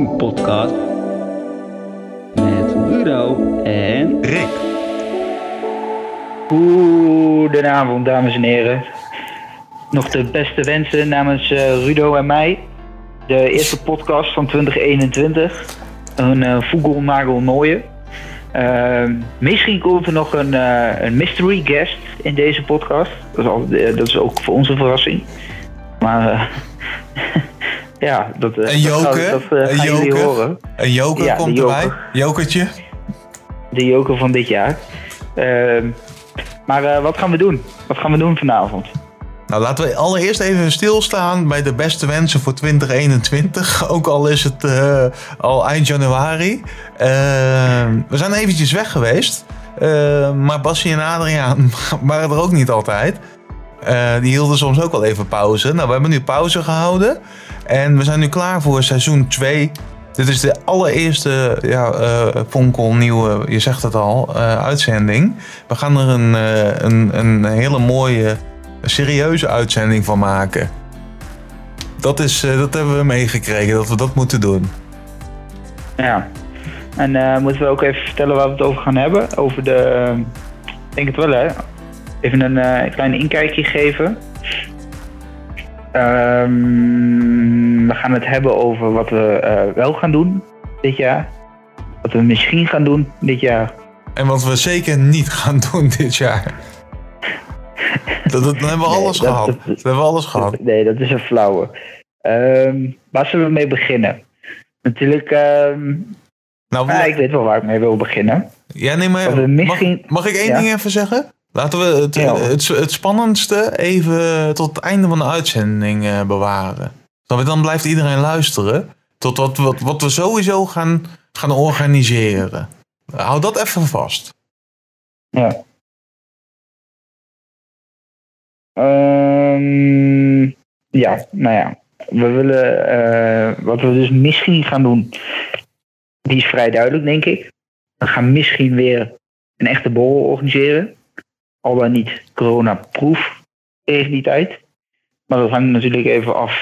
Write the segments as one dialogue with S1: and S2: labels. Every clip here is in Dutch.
S1: nieuwe podcast met Rudo en
S2: Rick.
S3: Goedenavond, dames en heren. Nog de beste wensen namens Rudo en mij. De eerste podcast van 2021. Een Vogelnagelnooie. Misschien komt er nog een mystery guest in deze podcast. Dat is ook voor ons een verrassing. Maar ja, dat
S2: Een joker.
S3: Dat gaan jullie horen.
S2: Een joker
S3: Ja,
S2: komt
S3: de
S2: erbij.
S3: joker.
S2: Jokertje.
S3: De joker van dit jaar. Maar wat gaan we doen? Wat gaan we doen vanavond?
S2: Nou, laten we allereerst even stilstaan bij de beste wensen voor 2021. Ook al is het al eind januari. We zijn eventjes weg geweest. Maar Bassie en Adriaan waren er ook niet altijd. Die hielden soms ook wel even pauze. Nou, we hebben nu pauze gehouden. En we zijn nu klaar voor seizoen 2. Dit is de allereerste Vonkel nieuwe, je zegt het al, uitzending. We gaan er een hele mooie, serieuze uitzending van maken. Dat hebben we meegekregen, dat we dat moeten doen.
S3: Ja. En moeten we ook even vertellen waar we het over gaan hebben? Over de... Ik denk het wel, hè? Even een klein inkijkje geven. We gaan het hebben over wat we wel gaan doen dit jaar. Wat we misschien gaan doen dit jaar.
S2: En wat we zeker niet gaan doen dit jaar. Dan hebben we alles gehad. Dan hebben we alles gehad.
S3: Nee, dat is een flauwe. Waar zullen we mee beginnen? Natuurlijk... ik weet wel waar ik mee wil beginnen.
S2: Ja, nee, maar mag ik één ding even zeggen? Laten we het spannendste even tot het einde van de uitzending bewaren. Dan blijft iedereen luisteren tot wat we sowieso gaan organiseren. Hou dat even vast.
S3: Ja. We willen... wat we dus misschien gaan doen... Die is vrij duidelijk, denk ik. We gaan misschien weer een echte borrel organiseren. Al dan niet corona-proof tegen die tijd. Maar dat hangt natuurlijk even af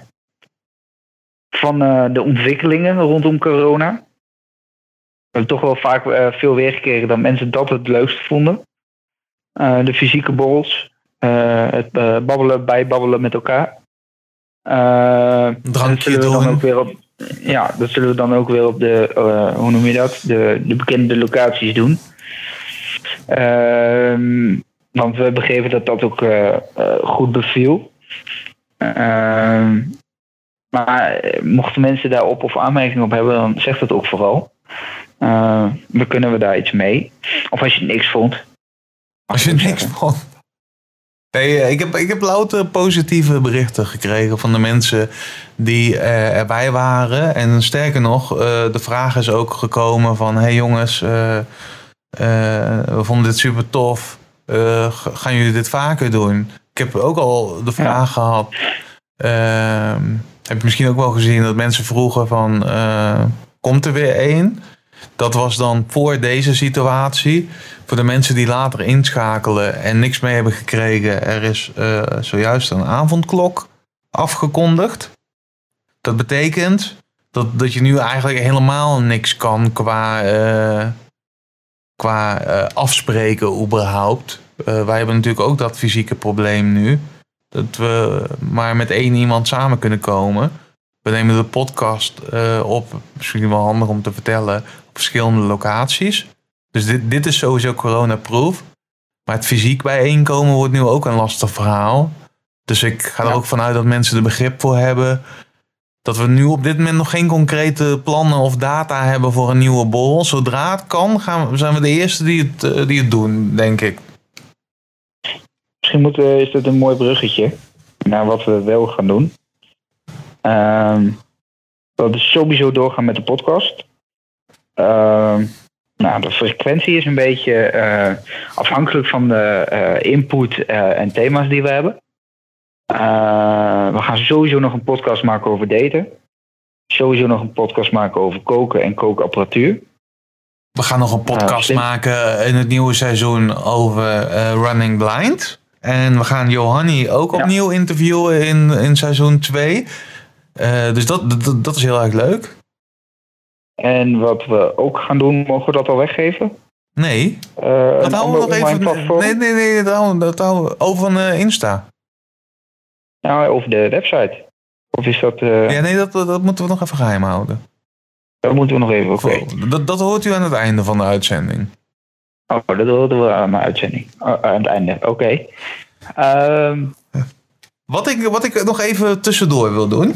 S3: van de ontwikkelingen rondom corona. We hebben toch wel vaak veel weergekregen dat mensen dat het leukst vonden. De fysieke borrels. Het bijbabbelen met elkaar.
S2: Drankje doen.
S3: Dat zullen we dan ook weer op de, hoe noem je dat? De bekende locaties doen. Want we begrepen dat dat ook goed beviel. Maar mochten mensen daarop of aanmerkingen op hebben, dan zeg dat ook vooral. Dan kunnen we daar iets mee. Of als je niks vond.
S2: Als je niks vond. Nee, ik heb louter positieve berichten gekregen van de mensen die erbij waren. En sterker nog, de vraag is ook gekomen van... Hey jongens, we vonden dit super tof. Gaan jullie dit vaker doen? Ik heb ook al de vraag gehad. Heb je misschien ook wel gezien dat mensen vroegen van... komt er weer één? Dat was dan voor deze situatie. Voor de mensen die later inschakelen en niks mee hebben gekregen... er is zojuist een avondklok afgekondigd. Dat betekent dat je nu eigenlijk helemaal niks kan qua afspreken überhaupt. Wij hebben natuurlijk ook dat fysieke probleem nu. Dat we maar met één iemand samen kunnen komen. We nemen de podcast op, misschien wel handig om te vertellen, op verschillende locaties. Dus dit is sowieso corona-proof. Maar het fysiek bijeenkomen wordt nu ook een lastig verhaal. Dus ik ga er ook vanuit dat mensen er begrip voor hebben. Dat we nu op dit moment nog geen concrete plannen of data hebben voor een nieuwe borrel. Zodra het kan, zijn we de eerste die het doen, denk ik.
S3: Misschien is dit een mooi bruggetje naar wat we wel gaan doen. Dat is sowieso doorgaan met de podcast. De frequentie is een beetje afhankelijk van de input en thema's die we hebben. We gaan sowieso nog een podcast maken over daten. Sowieso nog een podcast maken over koken en kookapparatuur.
S2: We gaan nog een podcast maken in het nieuwe seizoen over Running Blind. En we gaan Johanni ook opnieuw interviewen in seizoen 2. Dus dat is heel erg leuk.
S3: En wat we ook gaan doen, mogen we dat al weggeven?
S2: Nee, dat houden we nog even. Nee, dat houden we over een Insta.
S3: Nou, over de website. Of is dat...
S2: Ja, nee, dat moeten we nog even geheim houden.
S3: Dat moeten we nog even, oké.
S2: Dat hoort u aan het einde van de uitzending.
S3: Oh, dat hoorden we aan de uitzending. Aan het einde, oké.
S2: Wat ik nog even tussendoor wil doen.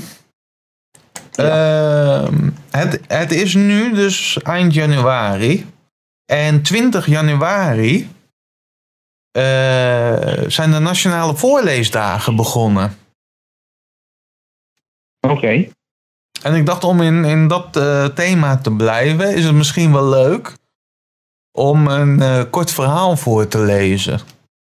S2: Ja. Het is nu dus eind januari. En 20 januari zijn de Nationale Voorleesdagen begonnen.
S3: Oké.
S2: En ik dacht om in dat thema te blijven, is het misschien wel leuk om een kort verhaal voor te lezen.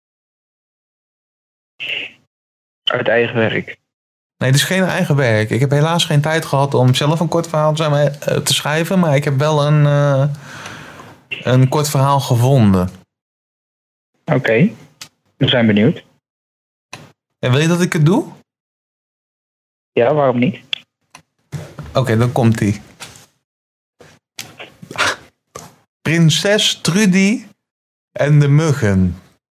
S3: Uit eigen werk?
S2: Nee, het is geen eigen werk. Ik heb helaas geen tijd gehad om zelf een kort verhaal te schrijven, maar ik heb wel een kort verhaal gevonden.
S3: Oké. We zijn benieuwd.
S2: En wil je dat ik het doe?
S3: Ja, waarom niet?
S2: Oké, dan komt-ie. Prinses Trudy en de muggen.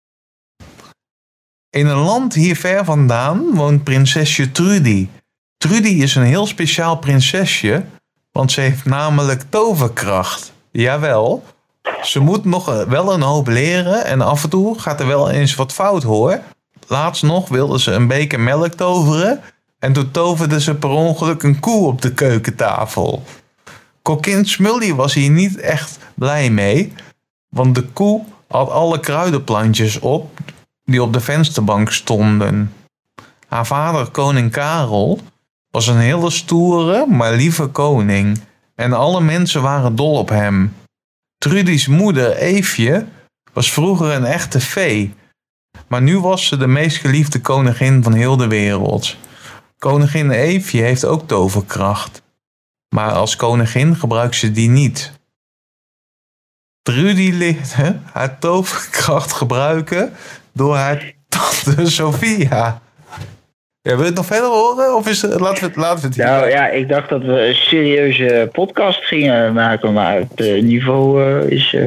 S2: In een land hier ver vandaan woont prinsesje Trudy. Trudy is een heel speciaal prinsesje, want ze heeft namelijk toverkracht. Jawel, ze moet nog wel een hoop leren en af en toe gaat er wel eens wat fout hoor. Laatst nog wilde ze een beker melk toveren en toen toverde ze per ongeluk een koe op de keukentafel. Kokkin Smully was hier niet echt blij mee, want de koe had alle kruidenplantjes op die op de vensterbank stonden. Haar vader, koning Karel, was een hele stoere, maar lieve koning en alle mensen waren dol op hem. Trudy's moeder, Eefje, was vroeger een echte fee, maar nu was ze de meest geliefde koningin van heel de wereld. Koningin Eefje heeft ook toverkracht, maar als koningin gebruikt ze die niet. Trudy leerde haar toverkracht gebruiken door haar tante Sophia. Ja, wil je het nog verder horen? Of laten we het hier?
S3: Nou ja, ik dacht dat we een serieuze podcast gingen maken, maar het niveau is...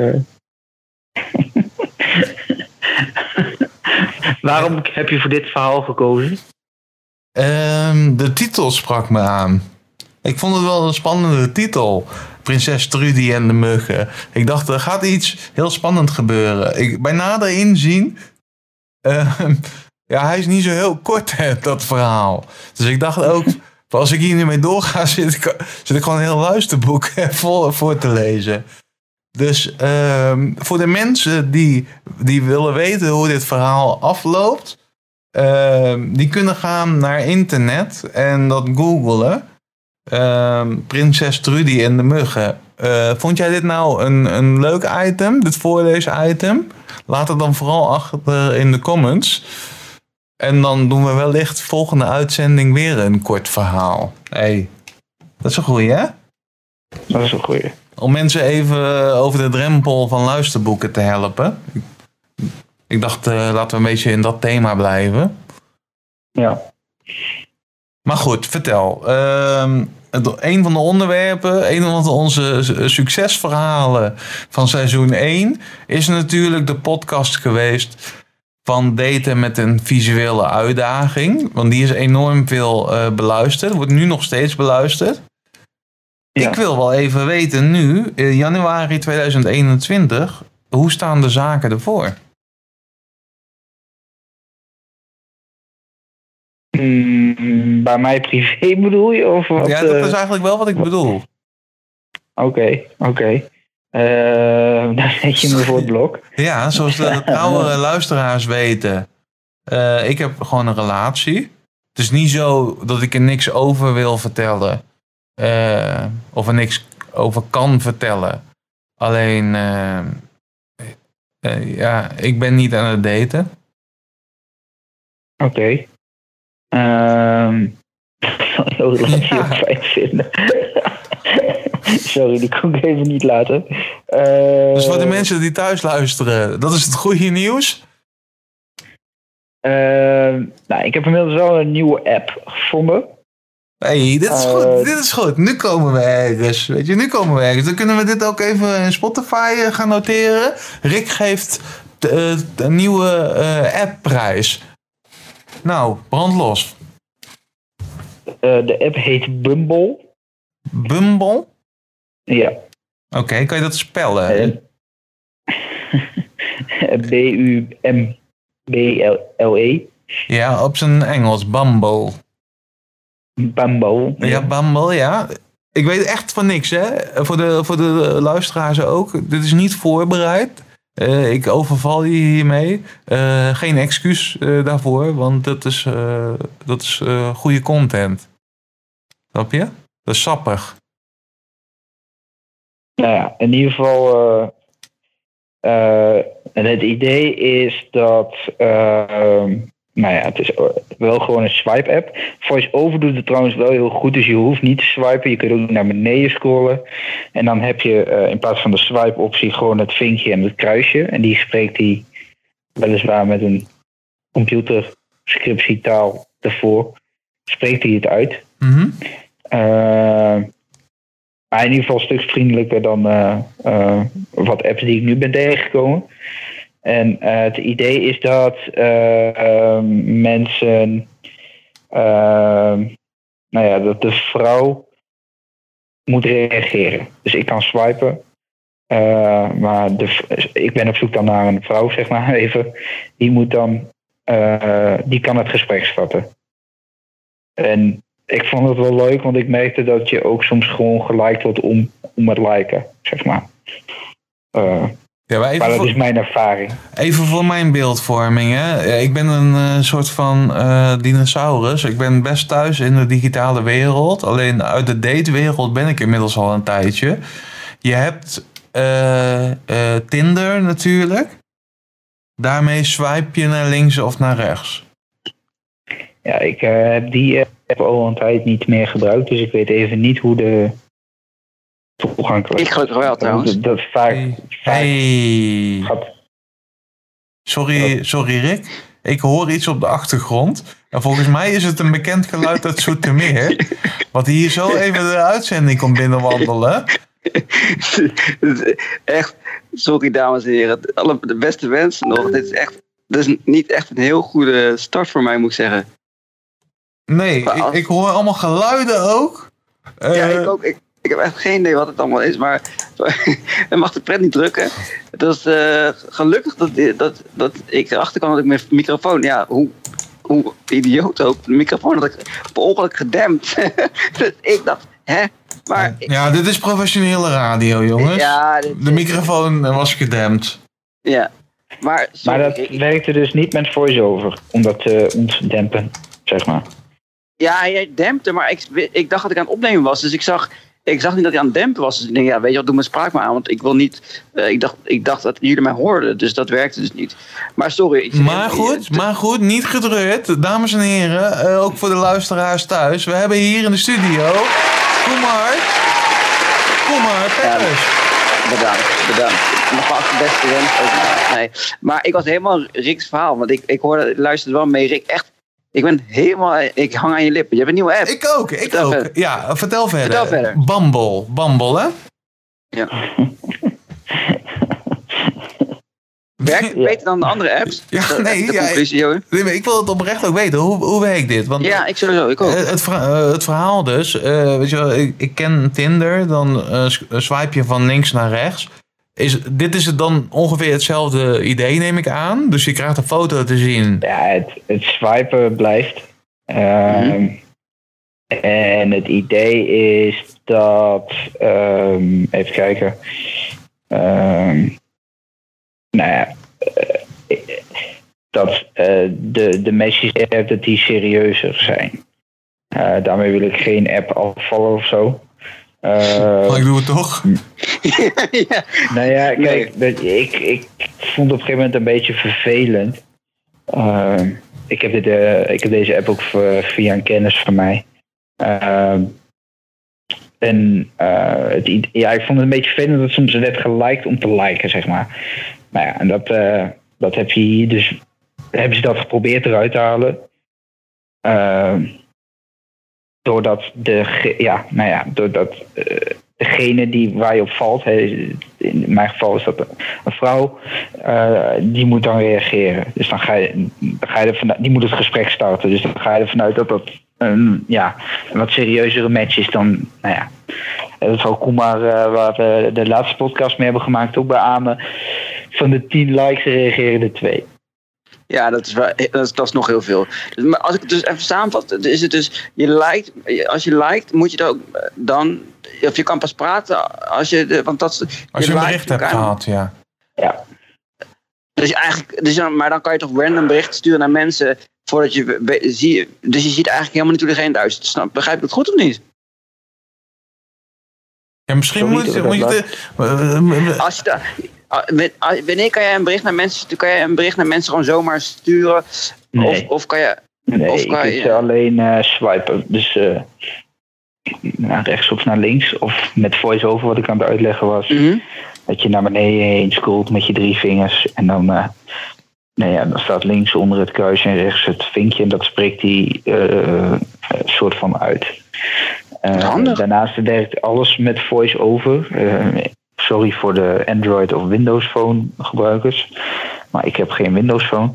S3: Waarom heb je voor dit verhaal gekozen?
S2: De titel sprak me aan. Ik vond het wel een spannende titel. Prinses Trudy en de muggen. Ik dacht, er gaat iets heel spannend gebeuren. Bij nader inzien... ja, hij is niet zo heel kort, dat verhaal. Dus ik dacht ook, als ik hier nu mee doorga, zit ik gewoon een heel luisterboek voor te lezen. Dus voor de mensen die willen weten hoe dit verhaal afloopt, die kunnen gaan naar internet en dat googlen. Prinses Trudy en de muggen. Vond jij dit nou een leuk item, dit voorlees-item? Laat het dan vooral achter in de comments. En dan doen we wellicht volgende uitzending weer een kort verhaal. Hey, dat is een goeie, hè?
S3: Dat is een goeie.
S2: Om mensen even over de drempel van luisterboeken te helpen. Ik dacht, laten we een beetje in dat thema blijven.
S3: Ja.
S2: Maar goed, vertel. Een van de onderwerpen, een van onze succesverhalen van seizoen 1... is natuurlijk de podcast geweest van daten met een visuele uitdaging. Want die is enorm veel beluisterd. Wordt nu nog steeds beluisterd. Ja. Ik wil wel even weten nu, januari 2021... hoe staan de zaken ervoor?
S3: Bij mij privé bedoel je? Of wat,
S2: ja, dat is eigenlijk wel wat ik bedoel.
S3: Oké. Dan zet je me voor het blok.
S2: Ja, zoals de trouwe luisteraars weten. Ik heb gewoon een relatie. Het is niet zo dat ik er niks over wil vertellen. Of er niks over kan vertellen. Alleen, ja, ik ben niet aan het daten.
S3: Oké. Heel relatie ook fijn vinden. Sorry, die kon ik even niet laten.
S2: Dus voor de mensen die thuis luisteren, dat is het goede nieuws?
S3: Nou, ik heb inmiddels wel een nieuwe app gevonden.
S2: Hey, dit is goed. Dit is goed. Nu komen we ergens. Weet je, nu komen we ergens. Dan kunnen we dit ook even in Spotify gaan noteren. Rick geeft de nieuwe appprijs. Nou, brand los.
S3: De app heet Bumble.
S2: Bumble?
S3: Ja.
S2: Oké, kan je dat spellen?
S3: Bumble.
S2: Ja, op zijn Engels. Bumble.
S3: Bumble.
S2: Ja, Bumble, ja. Ik weet echt van niks, hè. Voor de luisteraars ook. Dit is niet voorbereid. Ik overval je hiermee. Geen excuus daarvoor, want dat is goede content. Snap je? Dat is sappig.
S3: Nou ja, in ieder geval... het idee is dat... het is wel gewoon een swipe-app. VoiceOver doet het trouwens wel heel goed, dus je hoeft niet te swipen. Je kunt ook naar beneden scrollen. En dan heb je in plaats van de swipe-optie gewoon het vinkje en het kruisje. En die spreekt hij weliswaar met een computerscriptietaal ervoor. Spreekt hij het uit.
S2: Mm-hmm.
S3: Maar in ieder geval een stuk vriendelijker dan wat apps die ik nu ben tegengekomen. En het idee is dat mensen... dat de vrouw moet reageren. Dus ik kan swipen. Maar ik ben op zoek dan naar een vrouw, zeg maar even. Die moet dan... die kan het gesprek starten. En ik vond het wel leuk, want ik merkte dat je ook soms gewoon geliked wordt om het liken, zeg maar. Maar dat is mijn ervaring.
S2: Even voor mijn beeldvorming. Hè. Ik ben een soort van dinosaurus. Ik ben best thuis in de digitale wereld. Alleen uit de datewereld ben ik inmiddels al een tijdje. Je hebt Tinder natuurlijk. Daarmee swipe je naar links of naar rechts.
S3: Ja, ik heb die app al een tijd niet meer gebruikt. Dus ik weet even niet hoe de toegankelijk...
S4: Ik gelukkig wel trouwens.
S3: Dat vaak
S2: Hey.
S3: gaat.
S2: Sorry Rick. Ik hoor iets op de achtergrond. En volgens mij is het een bekend geluid uit Zoetermeer. Wat hier zo even de uitzending komt binnenwandelen.
S4: Echt, sorry dames en heren. De beste wensen nog. Dit is niet echt een heel goede start voor mij, moet ik zeggen.
S2: Nee, ik hoor allemaal geluiden ook.
S4: Ja, ik ook. Ik heb echt geen idee wat het allemaal is, maar je mag de pret niet drukken. Het was gelukkig dat ik erachter kwam dat ik mijn microfoon, ja, hoe idioot ook, de microfoon had ik per ongeluk gedempt. Dus ik dacht, hè? Maar
S2: ja, dit is professionele radio, jongens.
S4: Ja,
S2: de microfoon was gedempt.
S4: Ja, maar
S3: dat werkte dus niet met voice-over, om dat te ontdempen, zeg maar.
S4: Ja, jij dempte, maar ik dacht dat ik aan het opnemen was, dus ik zag niet dat hij aan het dempen was. Dus ik denk, ja, weet je wat, doe mijn spraak maar aan. Want ik wil niet... Ik dacht dat jullie mij hoorden. Dus dat werkte dus niet. Maar sorry.
S2: Maar goed, niet gedreurd. Dames en heren, ook voor de luisteraars thuis. We hebben hier in de studio... Kom maar, Peppers.
S4: Ja, bedankt. Nogmaals de beste wens ook. Nee. Maar ik was helemaal Rick's verhaal. Want ik luisterde wel mee. Rick, echt... Ik hang aan je lippen. Je hebt een nieuwe app.
S2: Ik ook.
S4: Verder.
S2: Ja, vertel verder. Bumble, hè?
S4: Ja. Werkt het beter dan de andere apps?
S2: Ja,
S4: Ik
S2: wil het oprecht ook weten. Hoe werkt dit? Want,
S4: ja, ik ook.
S2: Het verhaal dus. Weet je wel, ik ken Tinder. Dan swipe je van links naar rechts. Dit is het dan ongeveer hetzelfde idee, neem ik aan. Dus je krijgt een foto te zien.
S3: Ja, het swipen blijft. En het idee is dat... even kijken. Dat de messages app dat die serieuzer zijn. Daarmee wil ik geen app afvallen of zo.
S2: Maar ik doe het toch?
S3: Ja. Nou ja, kijk, ik vond het op een gegeven moment een beetje vervelend. Ik heb deze app ook via een kennis van mij. Ik vond het een beetje vervelend dat soms werd geliked om te liken, zeg maar. Nou ja, en dat heb je hier dus... Hebben ze dat geprobeerd eruit te halen. doordat degene waar je op valt, in mijn geval is dat een vrouw, die moet dan reageren. Dus dan ga je ervan uit, die moet het gesprek starten. Dus dan ga je ervan uit dat dat een wat serieuzere match is dan, dat zal Koemar, waar we de laatste podcast mee hebben gemaakt, ook beamen. Van de 10 likes reageren er 2.
S4: Ja, dat is nog heel veel. Maar als ik het dus even samenvat, is het dus, als je liked, moet je er ook dan, of je kan pas praten als je, want dat
S2: als je een bericht hebt gehad, ja.
S4: Ja. Maar dan kan je toch random berichten sturen naar mensen voordat je ziet. Dus je ziet eigenlijk helemaal niet hoe degene luistert. Begrijp ik het goed of niet?
S2: Ja, misschien moet je
S4: wanneer kan jij een bericht naar mensen? Kan jij een bericht naar mensen gewoon zomaar sturen?
S3: Nee.
S4: Of kan je?
S3: Nee, je kunt alleen swipen. Dus naar rechts of naar links. Of met voice-over, wat ik aan het uitleggen was.
S4: Mm-hmm.
S3: Dat je naar beneden heen scrolt met je 3 vingers. En dan, dan staat links onder het kruisje en rechts het vinkje. En dat spreekt die soort van uit. Daarnaast werkt alles met voice-over. Sorry voor de Android of Windows Phone gebruikers. Maar ik heb geen Windows Phone.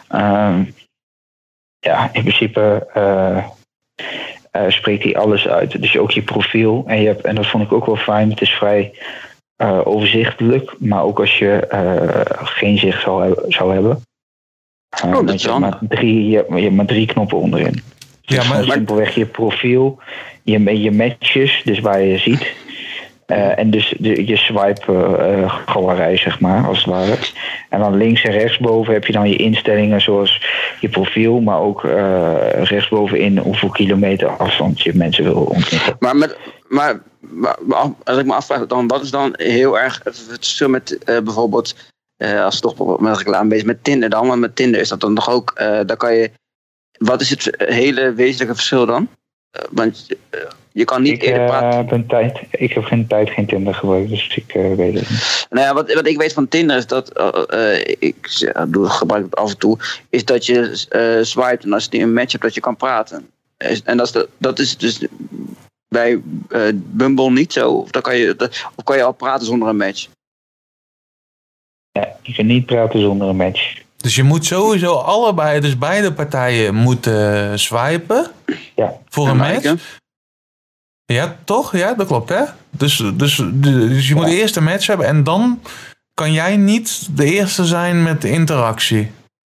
S3: In principe spreekt hij alles uit. Dus ook je profiel. En dat vond ik ook wel fijn. Het is vrij overzichtelijk. Maar ook als je geen zicht zou hebben.
S4: Dat is handig.
S3: Je hebt maar 3 knoppen onderin. Dus maar simpelweg je profiel. Je matches, dus waar je ziet. En dus je swipe galerij, zeg maar, als het ware. En dan links en rechtsboven heb je dan je instellingen zoals je profiel, maar ook rechtsbovenin hoeveel kilometer afstand je mensen wil ontmoeten.
S4: Maar als ik me afvraag, dan wat is dan heel erg het verschil met bijvoorbeeld, als we toch met reclame bezig met Tinder dan, want met Tinder is dat dan nog ook, daar kan je, wat is het hele wezenlijke verschil dan? Want je kan niet eerder praten.
S3: Ik heb geen Tinder gebruikt, dus ik weet het niet. Nou ja,
S4: wat ik weet van Tinder is dat, gebruik het af en toe, is dat je swipet en als je een match hebt dat je kan praten. En dat is dus bij Bumble niet zo. Of kan je al praten zonder een match?
S3: Ja, je kan niet praten zonder een match.
S2: Dus je moet sowieso allebei, dus beide partijen moeten swipen voor een match. Ja, toch? Ja, dat klopt, hè? Dus je moet eerst een match hebben en dan kan jij niet de eerste zijn met de interactie.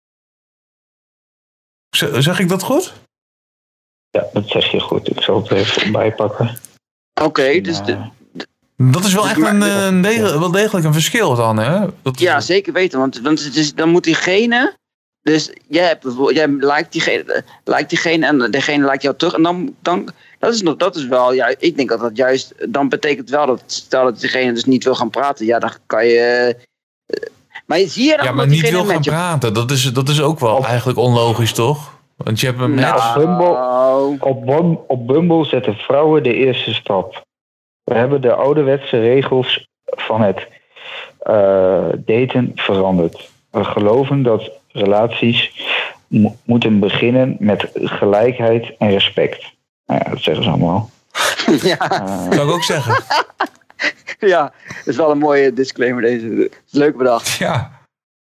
S2: Zeg ik dat goed?
S3: Ja, dat zeg je goed. Ik zal het even bijpakken.
S4: Oké, dus...
S3: Dat
S2: is wel echt wel degelijk een verschil dan, hè?
S4: Zeker weten, want dan moet diegene... Dus jij lijkt diegene en degene lijkt jou terug. En dan dat is wel... Ja, ik denk dat juist... Dan betekent wel dat... Stel dat diegene dus niet wil gaan praten. Ja, dan kan je... Maar zie je dan...
S2: Ja, maar niet wil gaan praten. Dat is ook wel eigenlijk onlogisch, toch? Want je hebt een match...
S3: Op Bumble zetten vrouwen de eerste stap. We hebben de ouderwetse regels van het daten veranderd. We geloven dat relaties moeten beginnen met gelijkheid en respect. Nou ja, dat zeggen ze allemaal.
S2: Zou ik ook zeggen.
S4: Ja, dat is wel een mooie disclaimer deze. Dat is leuk bedacht.
S2: Ja.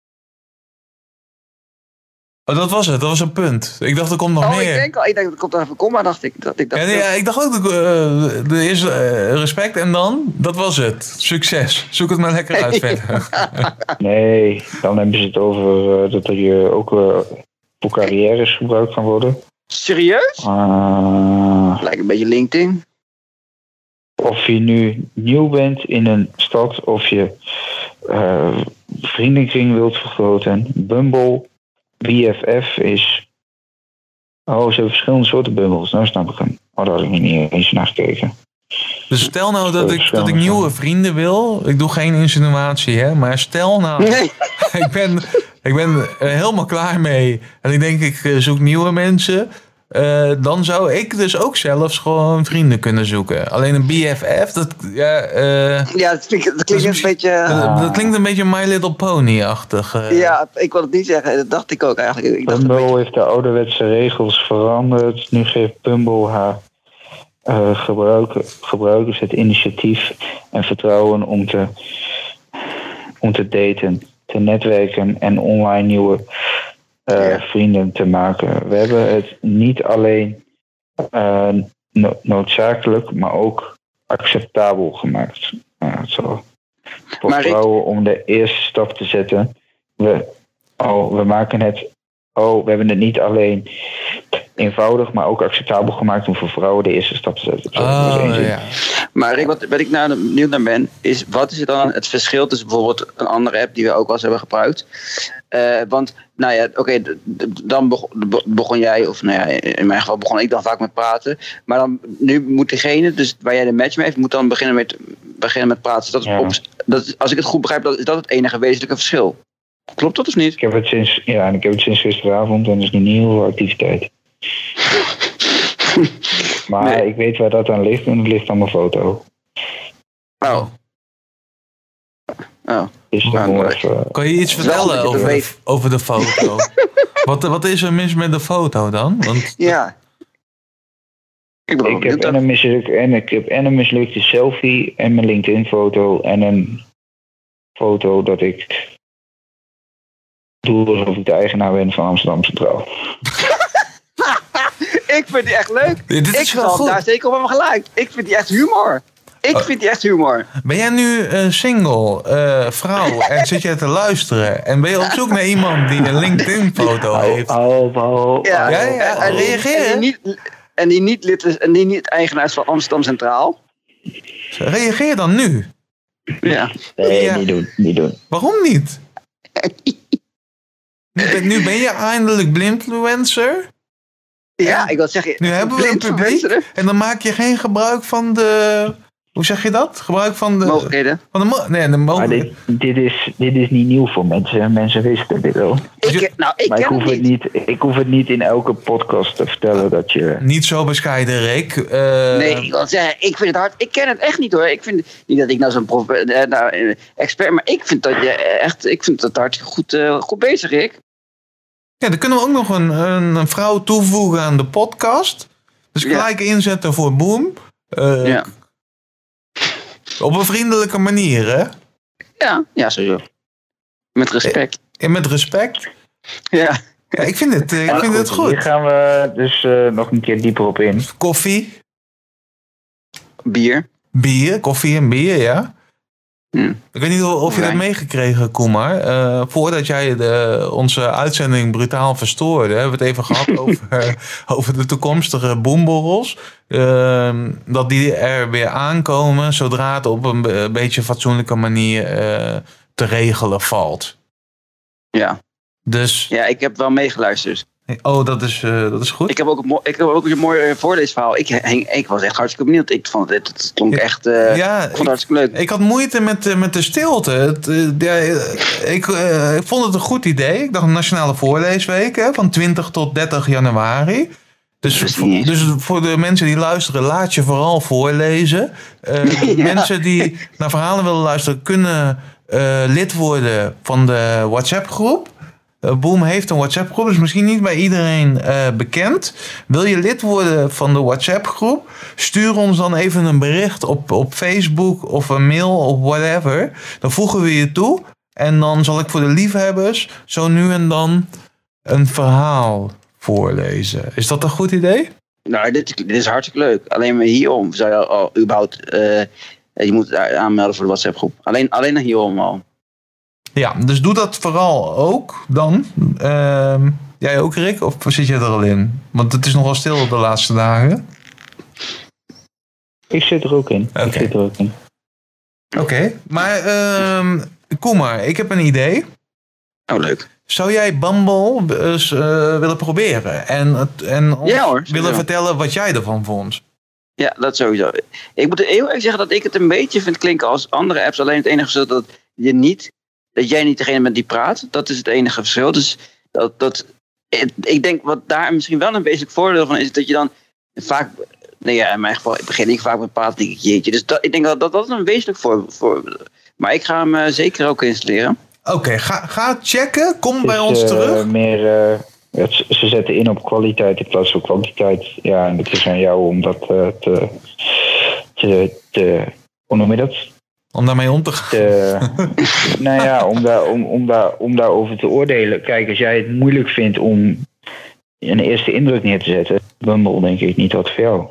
S2: Oh, dat was het. Dat was een punt. Ik dacht, er komt nog meer.
S4: Ik denk, er komt nog even komma, dacht ik.
S2: Ik dacht ook, er is respect en dan, dat was het. Succes. Zoek het maar lekker uit verder.
S3: Nee, dan hebben ze het over dat er ook voor carrières gebruikt kan worden.
S4: Serieus? Lijkt een beetje LinkedIn.
S3: Of je nu nieuw bent in een stad, of je vriendenkring wilt vergroten. Bumble... BFF is... ze hebben verschillende soorten Bumbles. Nou snap ik hem. Daar had ik niet eens naar gekeken.
S2: Dus stel nou dat ik nieuwe vrienden wil. Ik doe geen insinuatie, hè. Maar stel nou... Nee. ik ben helemaal klaar mee. En ik denk, ik zoek nieuwe mensen. Dan zou ik dus ook zelfs gewoon vrienden kunnen zoeken. Alleen een BFF, dat klinkt
S4: een beetje...
S2: Dat klinkt een beetje My Little Pony-achtig.
S4: Ja, ik wil het niet zeggen. Dat dacht ik ook eigenlijk.
S3: Bumble heeft de ouderwetse regels veranderd. Nu geeft Bumble haar gebruikers het initiatief en vertrouwen om te daten, te netwerken en online nieuwe vrienden te maken. We hebben het niet alleen noodzakelijk, maar ook acceptabel gemaakt. Zo. Voor vrouwen om de eerste stap te zetten. We hebben het niet alleen eenvoudig, maar ook acceptabel gemaakt om voor vrouwen de eerste stap te zetten. Zo,
S2: ja.
S4: Maar Rick, wat ik nou benieuwd naar ben, is wat is dan het verschil tussen bijvoorbeeld een andere app die we ook wel eens hebben gebruikt? Want, nou ja, oké, dan begon jij, of nou ja, in mijn geval begon ik dan vaak met praten. Maar dan, nu moet degene, dus waar jij de match mee heeft, moet dan beginnen met praten. Dat is, als ik het goed begrijp, is dat het enige wezenlijke verschil. Klopt dat of niet?
S3: Ik heb het sinds gisteravond en er is nog niet heel veel activiteit. Maar nee. Ik weet waar dat aan ligt en het ligt aan mijn foto.
S4: Oh.
S3: Dus
S2: kan je iets vertellen over de foto? Wat is er mis met de foto dan? Want
S4: ja.
S3: Ik heb een mislukte selfie en mijn LinkedIn foto en een foto dat ik doe alsof ik de eigenaar ben van Amsterdam Centraal.
S4: Ik vind die echt leuk.
S2: Ja, dit is wel goed.
S4: Daar zeker op hem gelijk. Ik vind die echt humor. Vind die echt humor.
S2: Ben jij nu single, vrouw, en zit jij te luisteren? En ben je op zoek naar iemand die een LinkedIn-foto heeft?
S4: Ja, en reageer. En die niet eigenaar is van Amsterdam Centraal.
S2: Reageer dan nu.
S4: Ja.
S3: Nee, niet doen.
S2: Waarom niet? Nu ben je eindelijk blinfluencer.
S4: Ja, ik wil zeggen. Nu
S2: hebben we een publiek en dan maak je geen gebruik van de. Hoe zeg je dat? Gebruik van de
S4: mogelijkheden.
S2: De mogelijkheden.
S3: Dit is niet nieuw voor mensen. Mensen wisten dit al. Ik hoef het niet in elke podcast te vertellen dat je.
S2: Niet zo bescheiden, Rick.
S4: Nee, ik wil zeggen, ik vind het hard. Ik ken het echt niet hoor. Ik vind niet dat ik nou zo'n expert, maar ik vind dat je echt. Ik vind dat hartstikke goed bezig, Rick.
S2: Ja, dan kunnen we ook nog een vrouw toevoegen aan de podcast. Dus gelijk inzetten voor Boom.
S4: Ja.
S2: Op een vriendelijke manier, hè?
S4: Ja, sowieso. Met respect.
S2: Met respect?
S4: Ja.
S2: Ik vind het goed.
S3: Hier gaan we dus nog een keer dieper op in.
S2: Koffie.
S4: Bier,
S2: koffie en bier, ja. Ik weet niet of je dat meegekregen, Koemar. Voordat jij onze uitzending brutaal verstoorde, hebben we het even gehad over de toekomstige boomborrels. Dat die er weer aankomen zodra het op een beetje fatsoenlijke manier te regelen valt.
S4: Ja.
S2: Dus.
S4: Ja, ik heb wel meegeluisterd.
S2: Oh, dat is goed.
S4: Ik heb ook een mooi voorleesverhaal. Ik was echt hartstikke benieuwd. Ik vond het klonk echt ik vond het hartstikke leuk.
S2: Ik had moeite met de stilte. Ik vond het een goed idee. Ik dacht een nationale voorleesweek van 20 tot 30 januari. Dus voor de mensen die luisteren, laat je vooral voorlezen. Mensen die naar verhalen willen luisteren, kunnen lid worden van de WhatsApp-groep. Boom heeft een WhatsApp-groep, dus misschien niet bij iedereen bekend. Wil je lid worden van de WhatsApp-groep? Stuur ons dan even een bericht op Facebook of een mail of whatever. Dan voegen we je toe. En dan zal ik voor de liefhebbers zo nu en dan een verhaal voorlezen. Is dat een goed idee?
S4: Nou, dit is hartstikke leuk. Alleen hierom zou je al überhaupt. Je moet daar aanmelden voor de WhatsApp-groep. Alleen hierom al.
S2: Ja, dus doe dat vooral ook dan. Jij ook, Rick? Of zit je er al in? Want het is nogal stil de laatste dagen.
S3: Ik zit er ook in.
S2: Oké, maar Koemar, ik heb een idee.
S4: Oh, leuk.
S2: Zou jij Bumble eens willen proberen? En ons willen vertellen wat jij ervan vond?
S4: Ja, dat sowieso. Ik moet heel erg zeggen dat ik het een beetje vind klinken als andere apps. Alleen het enige verschil dat jij niet degene bent die praat. Dat is het enige verschil. Dus ik denk wat daar misschien wel een wezenlijk voordeel van is, dat je dan vaak, nou ja, in mijn geval begin ik vaak met praten, denk ik, jeetje. Dus ik denk dat een wezenlijk voordeel. Maar ik ga hem zeker ook installeren.
S2: Oké, ga checken. Kom bij ons terug.
S5: Ze zetten in op kwaliteit in plaats van kwantiteit. Ja, en het is aan jou om dat hoe noem je dat?
S2: Om daarmee om te gaan.
S5: Nou ja, om daarover te oordelen. Kijk, als jij het moeilijk vindt om een eerste indruk neer te zetten, Bumble denk ik niet wat voor jou.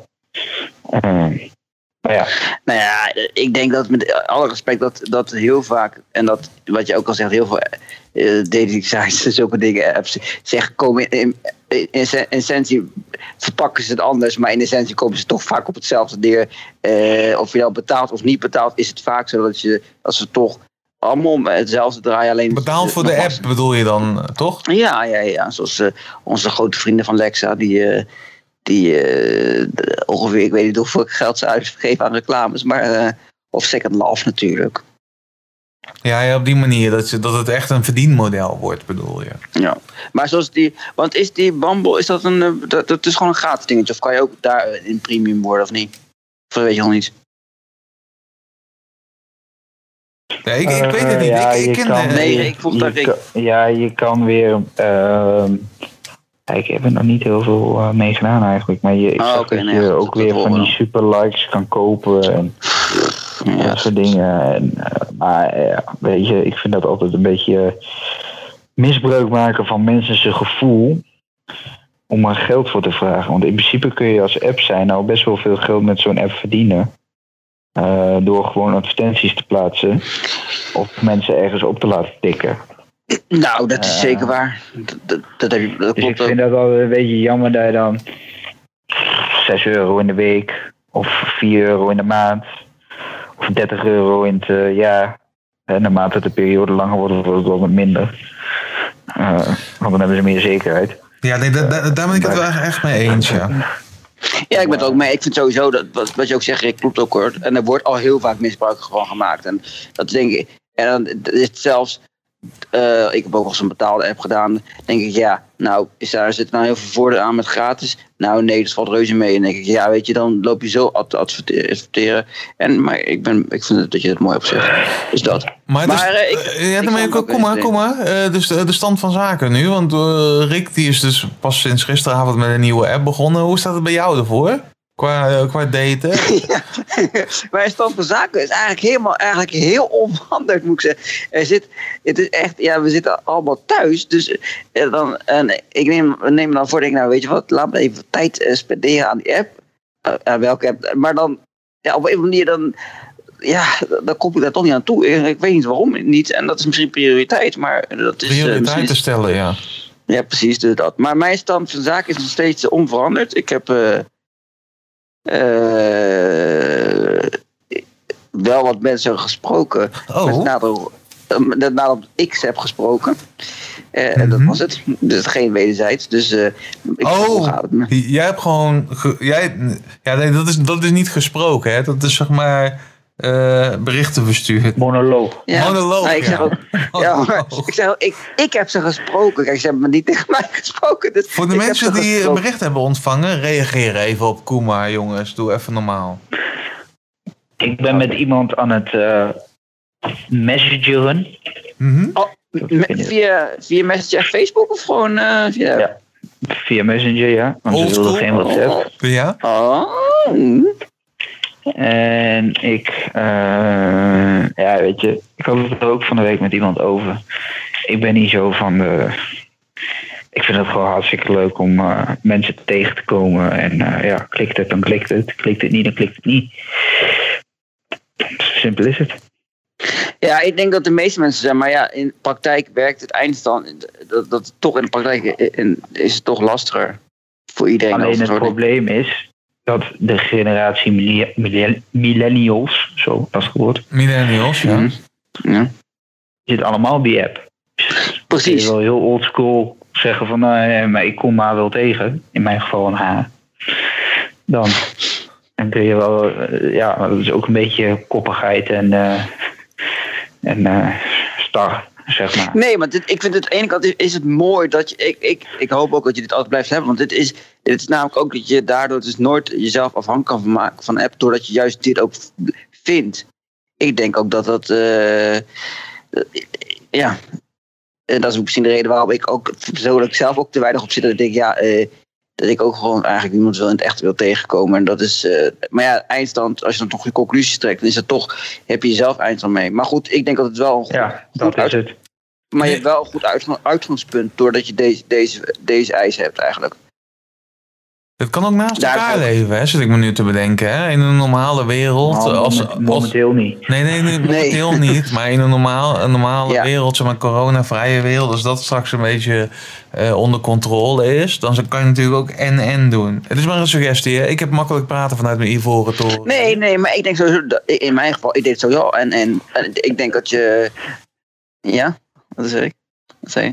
S5: Maar ja.
S4: Nou ja, ik denk dat met alle respect dat heel vaak, en dat wat je ook al zegt, heel veel dating sites, zulke dingen, apps, zeggen komen in essentie verpakken ze het anders, maar in essentie komen ze toch vaak op hetzelfde neer. Of je nou betaalt of niet betaalt, is het vaak zo dat ze toch allemaal hetzelfde draaien. Alleen
S2: betaald voor de app bedoel je dan, toch?
S4: Ja. Zoals onze grote vrienden van Lexa, die ongeveer, ik weet niet hoeveel geld ze uitgeven aan reclames, maar of Second Love natuurlijk.
S2: Ja, op die manier, dat het echt een verdienmodel wordt, bedoel je.
S4: Ja, maar zoals want is die Bumble, is dat dat is gewoon een gratis dingetje, of kan je ook daar in premium worden of niet? Of dat weet je nog niet?
S2: Ja, ik weet het niet.
S5: Ja,
S4: ik vroeg daar.
S5: Ja, je kan weer. Ik heb er nog niet heel veel mee gedaan eigenlijk. Maar je ook weer van die super likes kan kopen en dat soort dingen. Maar weet je, ik vind dat altijd een beetje misbruik maken van mensen zijn gevoel om er geld voor te vragen. Want in principe kun je als app zijn nou best wel veel geld met zo'n app verdienen. Door gewoon advertenties te plaatsen of mensen ergens op te laten tikken.
S4: Nou, dat is zeker waar. Dat heb je, dat
S5: dus
S4: klopt
S5: ik vind dat wel een beetje jammer dat je dan €6 in de week of €4 in de maand of €30 in het jaar. En naarmate de periode langer wordt, wordt het wel wat minder. Want dan hebben ze meer zekerheid.
S2: Ja, nee, daar ben ik het wel echt mee eens, ja.
S4: Ja, ik ben het ook mee. Ik vind sowieso dat wat je ook zegt, Rick, klopt ook hoor. En er wordt al heel vaak misbruik van gemaakt. En dat denk ik. En dan is het zelfs. Ik heb ook al zo'n betaalde app gedaan. Denk ik, ja, nou, zit nou heel veel voordeel aan met gratis? Nou, nee, dat valt reuze mee. En denk ik, ja, weet je, dan loop je zo te adverteren. Maar ik vind dat je het mooi opzet. Dus dat.
S2: Kom maar. Dus de stand van zaken nu. Want Rick, die is dus pas sinds gisteravond met een nieuwe app begonnen. Hoe staat het bij jou ervoor? Qua daten?
S4: Ja, mijn stand van zaken is eigenlijk heel onveranderd, moet ik zeggen. Het is echt, ja, we zitten allemaal thuis. Dus ik neem dan voor, denk nou, weet je wat, laat me even tijd spenderen aan die app. Aan welke app? Maar dan, ja, op een manier dan kom ik daar toch niet aan toe. Ik weet niet waarom niet. En dat is misschien prioriteit, maar dat is...
S2: Prioriteit te stellen, ja.
S4: Ja, precies, dus dat. Maar mijn stand van zaken is nog steeds onveranderd. Ik heb... wel wat mensen gesproken.
S2: Oh.
S4: Nadat ik X heb gesproken. En dat was het. Dus geen wederzijds. Dus hoe gaat het me?
S2: Jij hebt gewoon... nee, dat is niet gesproken, hè? Dat is zeg maar... berichten verstuurd.
S5: Monoloog.
S4: Ja.
S2: Monoloog,
S4: nou, ik zeg ook, ik heb ze gesproken. Kijk, ze hebben me niet tegen mij gesproken. Dus
S2: voor de mensen die een bericht hebben ontvangen, reageer even op Kuma, jongens. Doe even normaal.
S5: Ik ben met iemand aan het messageren.
S2: Mm-hmm.
S4: Via Messenger Facebook of gewoon via...
S5: Ja, via Messenger, ja. Want ze wilden geen WhatsApp.
S2: Ja.
S5: En ik, weet je, ik had het er ook van de week met iemand over. Ik ben niet zo van ik vind het gewoon hartstikke leuk om mensen tegen te komen. En klikt het, dan klikt het. Klikt het niet, dan klikt het niet. Zo simpel is het.
S4: Ja, ik denk dat de meeste mensen zeggen, maar ja, in praktijk werkt het eindstand. Dat toch in de praktijk is het toch lastiger voor iedereen.
S5: Alleen het probleem is dat de generatie millennials, zo, dat is het woord.
S2: Millennials, ja.
S4: Ja.
S5: Zit allemaal op die app.
S4: Precies.
S5: Je wil heel oldschool zeggen van, maar ik kom maar wel tegen. In mijn geval een H. Dan kun je wel, dat is ook een beetje koppigheid en star, zeg maar.
S4: Nee, maar ik vind het aan de ene kant is het mooi dat je... Ik hoop ook dat je dit altijd blijft hebben. Want dit is namelijk ook dat je daardoor dus nooit jezelf afhankelijk kan maken van een app. Doordat je juist dit ook vindt. Ik denk ook dat dat is ook misschien de reden waarom ik ook persoonlijk zelf ook te weinig op zit. Dat ik denk, dat ik ook gewoon eigenlijk iemand wel in het echt wil tegenkomen. En dat is, maar ja, eindstand, als je dan toch je conclusies trekt, dan is het toch, heb je jezelf eindstand mee. Maar goed, ik denk dat het wel
S5: dat is het.
S4: Maar je hebt wel een goed uitgangspunt doordat je deze eisen hebt eigenlijk.
S2: Het kan ook naast elkaar leven, hè, zit ik me nu te bedenken. Hè? In een normale wereld.
S5: Momenteel niet.
S2: Nee, momenteel niet. Maar in een normale wereld, zeg maar coronavrije wereld, als dat straks een beetje onder controle is, dan kan je natuurlijk ook en doen. Het is maar een suggestie, hè? Ik heb makkelijk praten vanuit mijn ivoren toren.
S4: Nee, maar ik denk sowieso, in mijn geval, ik denk sowieso. En ik denk dat je... Ja, wat zeg ik? Wat zei je?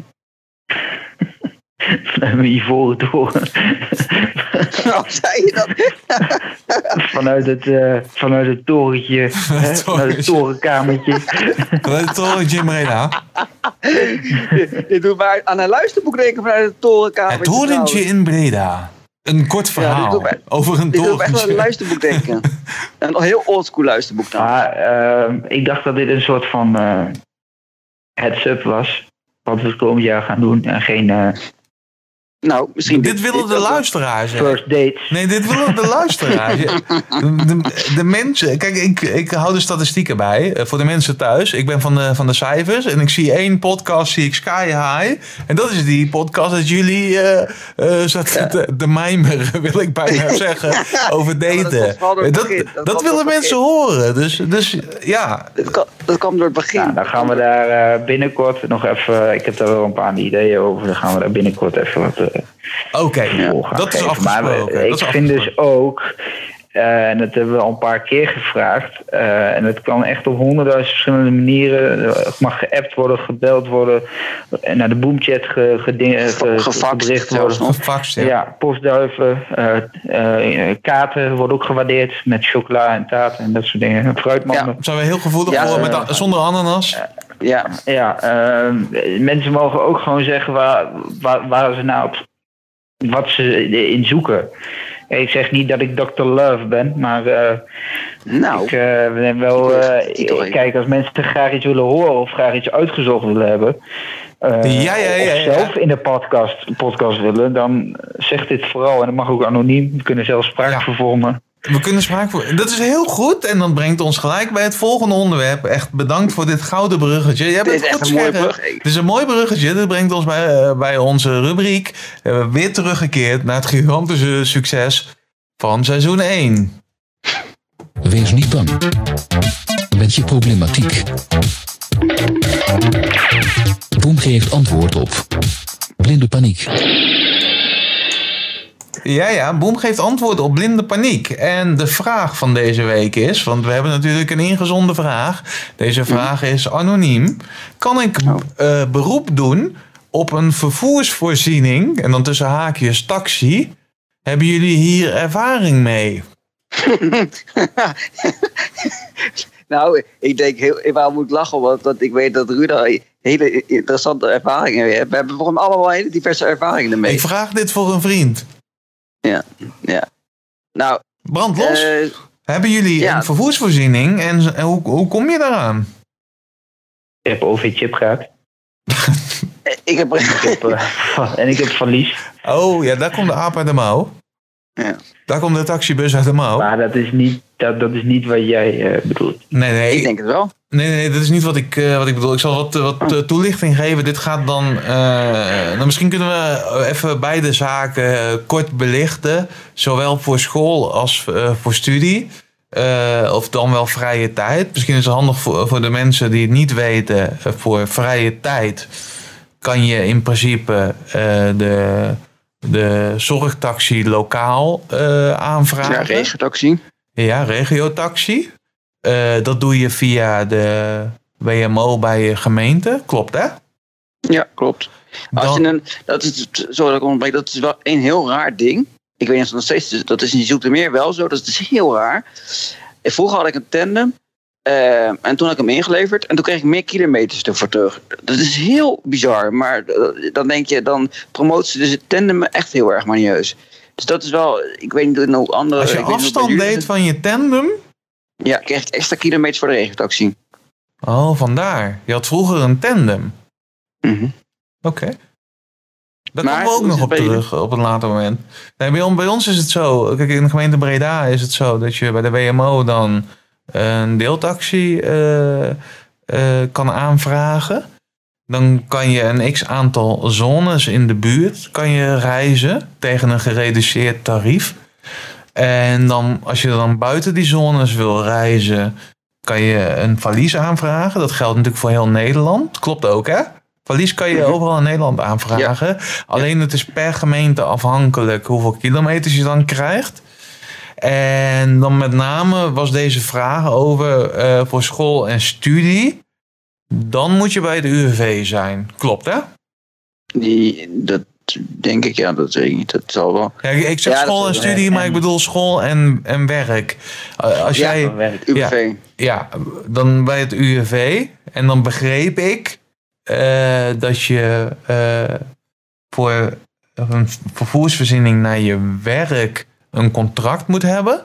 S5: Vanuit mijn ivoren toren.
S4: Nou, zei je dat?
S5: Vanuit het torentje. Vanuit het torenkamertje.
S2: Vanuit het torentje in Breda.
S4: Dit doet mij aan een luisterboek denken vanuit het torenkamertje.
S2: Het torentje in Breda. Een kort verhaal over een torentje. Dit doet mij echt aan een luisterboek denken.
S4: Een heel oldschool luisterboek dan.
S5: Ik dacht dat dit een soort van heads-up was. Wat we het komend jaar gaan doen. En geen...
S4: Nou, misschien
S2: dit willen de luisteraars.
S5: First dates.
S2: Nee, dit willen de luisteraars. De mensen... Kijk, ik hou de statistieken bij. Voor de mensen thuis. Ik ben van de cijfers. En ik zie 1 podcast, zie ik Sky High. En dat is die podcast dat jullie zaten de mijmeren, wil ik bijna zeggen, over daten. Dat willen mensen horen. Dus ja.
S4: Dat kwam door het begin.
S5: Nou, dan gaan we daar binnenkort nog even... Ik heb daar wel een paar ideeën over. Dan gaan we daar binnenkort even wat...
S2: Oké, dat is afgesproken.
S5: Maar ik vind dus ook, en dat hebben we al een paar keer gevraagd, en het kan echt op 100.000 verschillende manieren. Het mag geappt worden, gebeld worden, naar de boomchat gebericht worden.
S2: Gefaxt,
S5: ja, postduiven, kaarten worden ook gewaardeerd met chocola en taart en dat soort dingen. Fruitmanden.
S2: Ja, zijn we heel gevoelig voor zonder ananas?
S5: Mensen mogen ook gewoon zeggen waar ze nou op, wat ze in zoeken. Ik zeg niet dat ik Dr. Love ben, maar kijk, als mensen graag iets willen horen of graag iets uitgezocht willen hebben, of zelf in de podcast willen, dan zeg dit vooral. En dat mag ook anoniem. We kunnen zelfs spraak vervormen.
S2: We kunnen spraak voor. Dat is heel goed. En dat brengt ons gelijk bij het volgende onderwerp. Echt bedankt voor dit gouden bruggetje.
S4: Dit is echt een mooi bruggetje.
S2: Het is een mooi bruggetje. Dat brengt ons bij onze rubriek. Weer teruggekeerd naar het gigantische succes van seizoen 1.
S6: Wees niet bang. Met je problematiek. Boom geeft antwoord op blinde paniek.
S2: Ja, Boom geeft antwoord op blinde paniek. En de vraag van deze week is, want we hebben natuurlijk een ingezonden vraag. Deze vraag is anoniem. Kan ik beroep doen op een vervoersvoorziening, en dan tussen haakjes taxi? Hebben jullie hier ervaring mee?
S4: Nou, ik denk waarom moet ik lachen? Want ik weet dat Ruda hele interessante ervaringen heeft. We hebben voor hem allemaal hele diverse ervaringen ermee.
S2: Ik vraag dit voor een vriend.
S4: Ja. Nou,
S2: brand los. Hebben jullie een vervoersvoorziening en hoe kom je daaraan?
S5: Ik heb OV-chip gehad.
S4: ik heb
S5: verlies.
S2: Oh ja, daar komt de aap uit de mouw.
S4: Ja.
S2: Daar komt de taxibus uit de mouw.
S5: Maar dat is niet wat jij bedoelt.
S2: Nee.
S4: Ik denk het wel.
S2: Nee, dat is niet wat ik bedoel. Ik zal wat toelichting geven. Dit gaat dan... misschien kunnen we even beide zaken kort belichten. Zowel voor school als voor studie. Of dan wel vrije tijd. Misschien is het handig voor de mensen die het niet weten. Voor vrije tijd kan je in principe de zorgtaxi lokaal aanvragen.
S4: Ja, regiotaxi.
S2: Ja, regiotaxi. Dat doe je via de WMO bij je gemeente. Klopt, hè?
S4: Ja, klopt. Dat is wel een heel raar ding. Ik weet niet of het nog steeds is. Dat is in Zoetermeer wel zo. Dat is heel raar. Vroeger had ik een tandem. En toen had ik hem ingeleverd. En toen kreeg ik meer kilometers ervoor terug. Dat is heel bizar. Maar dan promoten ze dus het tandem echt heel erg manieus. Dus dat is wel... Ik weet niet hoe andere...
S2: Als je afstand deed van je tandem...
S4: Ja, kreeg ik extra kilometers voor de regiotaxi.
S2: Oh, vandaar. Je had vroeger een tandem.
S4: Mm-hmm.
S2: Oké. Daar komen we ook nog op terug op een later moment. Nee, bij ons is het zo. Kijk, in de gemeente Breda is het zo dat je bij de WMO dan een deeltaxi kan aanvragen. Dan kan je een x-aantal zones in de buurt kan je reizen tegen een gereduceerd tarief. En dan, als je dan buiten die zones wil reizen, kan je een valies aanvragen. Dat geldt natuurlijk voor heel Nederland. Klopt ook, hè? Valies kan je overal in Nederland aanvragen. Ja. Alleen het is per gemeente afhankelijk hoeveel kilometers je dan krijgt. En dan met name was deze vraag over voor school en studie. Dan moet je bij de UWV zijn. Klopt, hè?
S4: Dat denk ik, ja. Dat weet ik niet. Dat zal wel.
S2: Ja, ik zeg school en studie, maar ik bedoel school en werk. Als jij
S4: werk. UWV.
S2: Ja, dan bij het UWV. En dan begreep ik dat je voor een vervoersvoorziening naar je werk een contract moet hebben.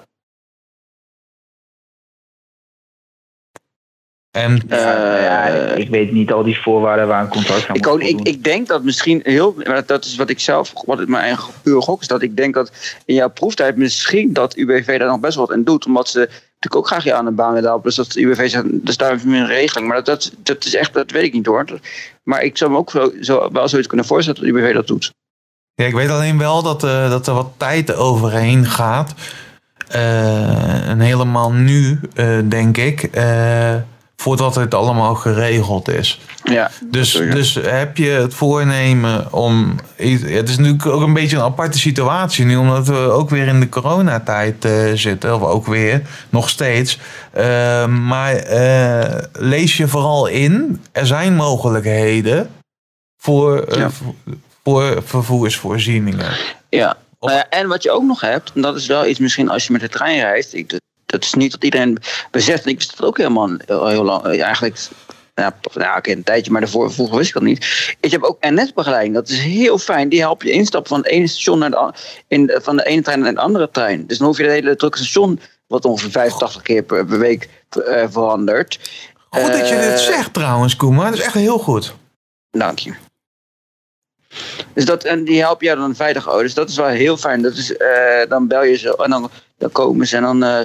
S2: En
S5: ik weet niet al die voorwaarden waar een contract aan moet voldoen.
S4: Ik denk dat misschien maar dat is wat het mijn eigen puur gok is, dat ik denk dat in jouw proeftijd misschien dat UWV daar nog best wat aan doet, omdat ze natuurlijk ook graag je aan de baan willen helpen. Dus dat de UWV zegt, dus daar is een regeling. Maar dat is echt, dat weet ik niet hoor. Maar ik zou me ook wel zoiets kunnen voorstellen dat de UWV dat doet.
S2: Ja, ik weet alleen wel dat er wat tijd overheen gaat. En helemaal nu, denk ik, voordat het allemaal geregeld is.
S4: Ja,
S2: dus heb je het voornemen om... Het is natuurlijk ook een beetje een aparte situatie nu, omdat we ook weer in de coronatijd zitten. Of ook weer, nog steeds. Maar lees je vooral in. Er zijn mogelijkheden voor vervoersvoorzieningen.
S4: Ja. En wat je ook nog hebt, en dat is wel iets misschien als je met de trein reist. Dat is niet dat iedereen beseft. Ik wist dat ook helemaal heel lang. Eigenlijk, een tijdje, maar vroeger wist ik dat niet. Je hebt ook NS-begeleiding. Dat is heel fijn. Die help je instappen van het ene station naar van de ene trein naar de andere trein. Dus dan hoef je het hele drukke station, wat ongeveer 85 keer per week verandert.
S2: Goed dat je dit zegt trouwens, Koema. Dat is echt heel goed.
S4: Dank je. Dus die help je dan veilig. Dus dat is wel heel fijn. Dat is, dan bel je ze en dan komen ze en dan...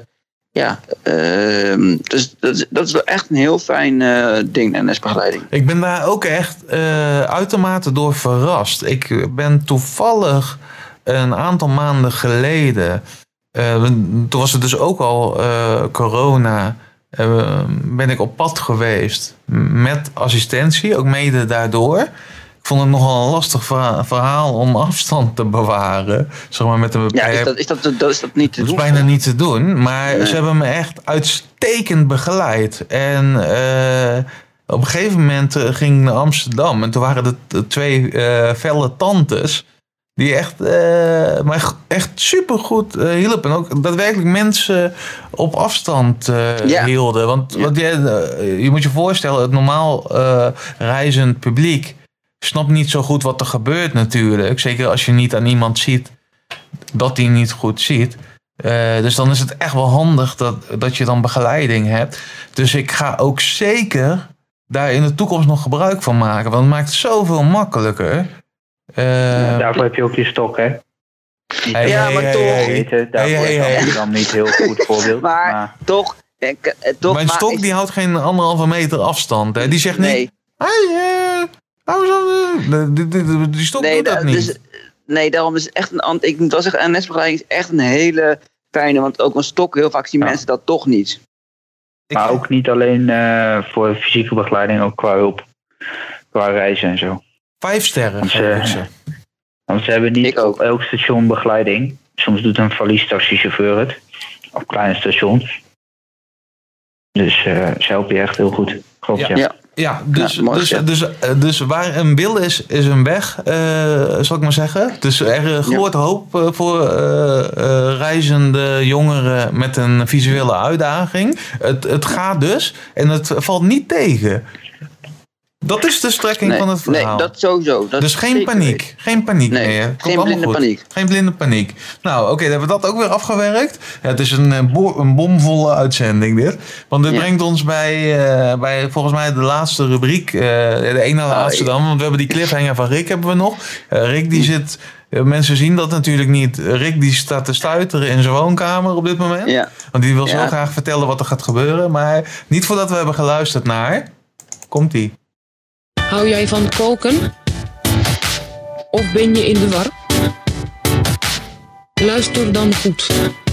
S4: dus dat is wel echt een heel fijn ding, NS-begeleiding.
S2: Ik ben daar ook echt uitermate door verrast. Ik ben toevallig een aantal maanden geleden... toen was het dus ook al corona... ben ik op pad geweest met assistentie, ook mede daardoor... Ik vond het nogal een lastig verhaal om afstand te bewaren. Zeg maar met een beperkt...
S4: Is dat niet te doen?
S2: Dat is bijna niet te doen. Maar ze hebben me echt uitstekend begeleid. En op een gegeven moment ging ik naar Amsterdam. En toen waren er 2 felle tantes. Die mij echt supergoed hielpen. En ook daadwerkelijk mensen op afstand hielden. Want je moet je voorstellen, het normaal reizend publiek... snapt niet zo goed wat er gebeurt natuurlijk. Zeker als je niet aan iemand ziet dat hij niet goed ziet. Dus dan is het echt wel handig dat je dan begeleiding hebt. Dus ik ga ook zeker daar in de toekomst nog gebruik van maken. Want het maakt het zoveel makkelijker.
S5: Daarvoor heb je ook je stok, hè?
S4: Maar toch...
S5: Daarvoor is dat dan niet heel goed voorbeeld.
S4: Maar toch...
S2: Mijn stok die houdt geen 1,5 meter afstand. Hè? Die zegt niet... Die stok doet dat niet. Dus,
S4: daarom is echt ik was zeggen, NS-begeleiding is echt een hele fijne, want ook een stok, heel vaak zien mensen dat toch niet.
S5: Maar ook niet alleen voor fysieke begeleiding, ook qua hulp, qua reizen en zo.
S2: 5 sterren.
S5: Want ze hebben niet op elk station begeleiding. Soms doet een valiestaxichauffeur het, op kleine stations. Dus ze helpen je echt heel goed. Klopt,
S2: Ja, dus waar een wil is een weg, zal ik maar zeggen. Dus er gloort hoop voor reizende jongeren met een visuele uitdaging. Het gaat dus en het valt niet tegen. Dat is de strekking van het verhaal.
S4: Nee, dat sowieso. Dat
S2: dus geen paniek. Geen paniek meer.
S4: Geen blinde paniek.
S2: Geen blinde paniek. Nou, oké, dan hebben we dat ook weer afgewerkt. Ja, het is een bomvolle uitzending dit. Want dit brengt ons bij volgens mij de laatste rubriek. De ene laatste dan. Want we hebben die cliffhanger van Rick hebben we nog. Rick die zit... Mensen zien dat natuurlijk niet. Rick die staat te stuiteren in zijn woonkamer op dit moment. Ja. Want die wil zo graag vertellen wat er gaat gebeuren. Maar niet voordat we hebben geluisterd naar... Komt-ie.
S7: Hou jij van koken? Of ben je in de war? Luister dan goed.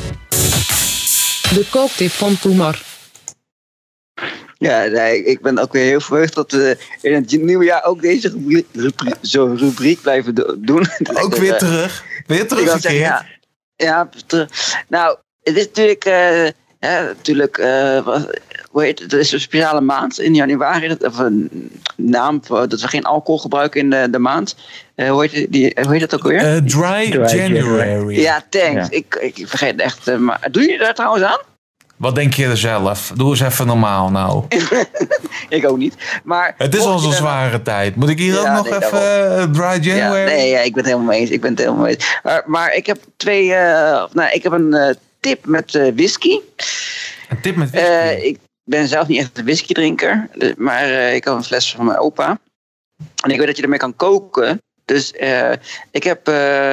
S7: De kooktip van Kumar.
S4: Ja, ik ben ook weer heel verheugd dat we in het nieuwe jaar ook deze rubriek blijven doen.
S2: Ook weer terug. Weer teruggekeerd.
S4: Ja, terug. Nou, het is natuurlijk... hoe heet het? Het is een speciale maand in januari. Of een naam dat we geen alcohol gebruiken in de maand. Hoe heet dat ook weer?
S2: Dry January.
S4: Ja, thanks. Ja. Ik vergeet het echt. Maar doe je daar trouwens aan?
S2: Wat denk je er zelf? Doe eens even normaal nou.
S4: Ik ook niet. Maar
S2: het is al zo'n zware tijd. Moet ik hier ook nog even Dry January?
S4: Ja, ik ben het helemaal mee eens. Maar ik heb ik heb een tip met whisky.
S2: Een tip met whisky?
S4: Ik ben zelf niet echt een whiskydrinker. Maar ik heb een fles van mijn opa. En ik weet dat je ermee kan koken. Dus ik heb...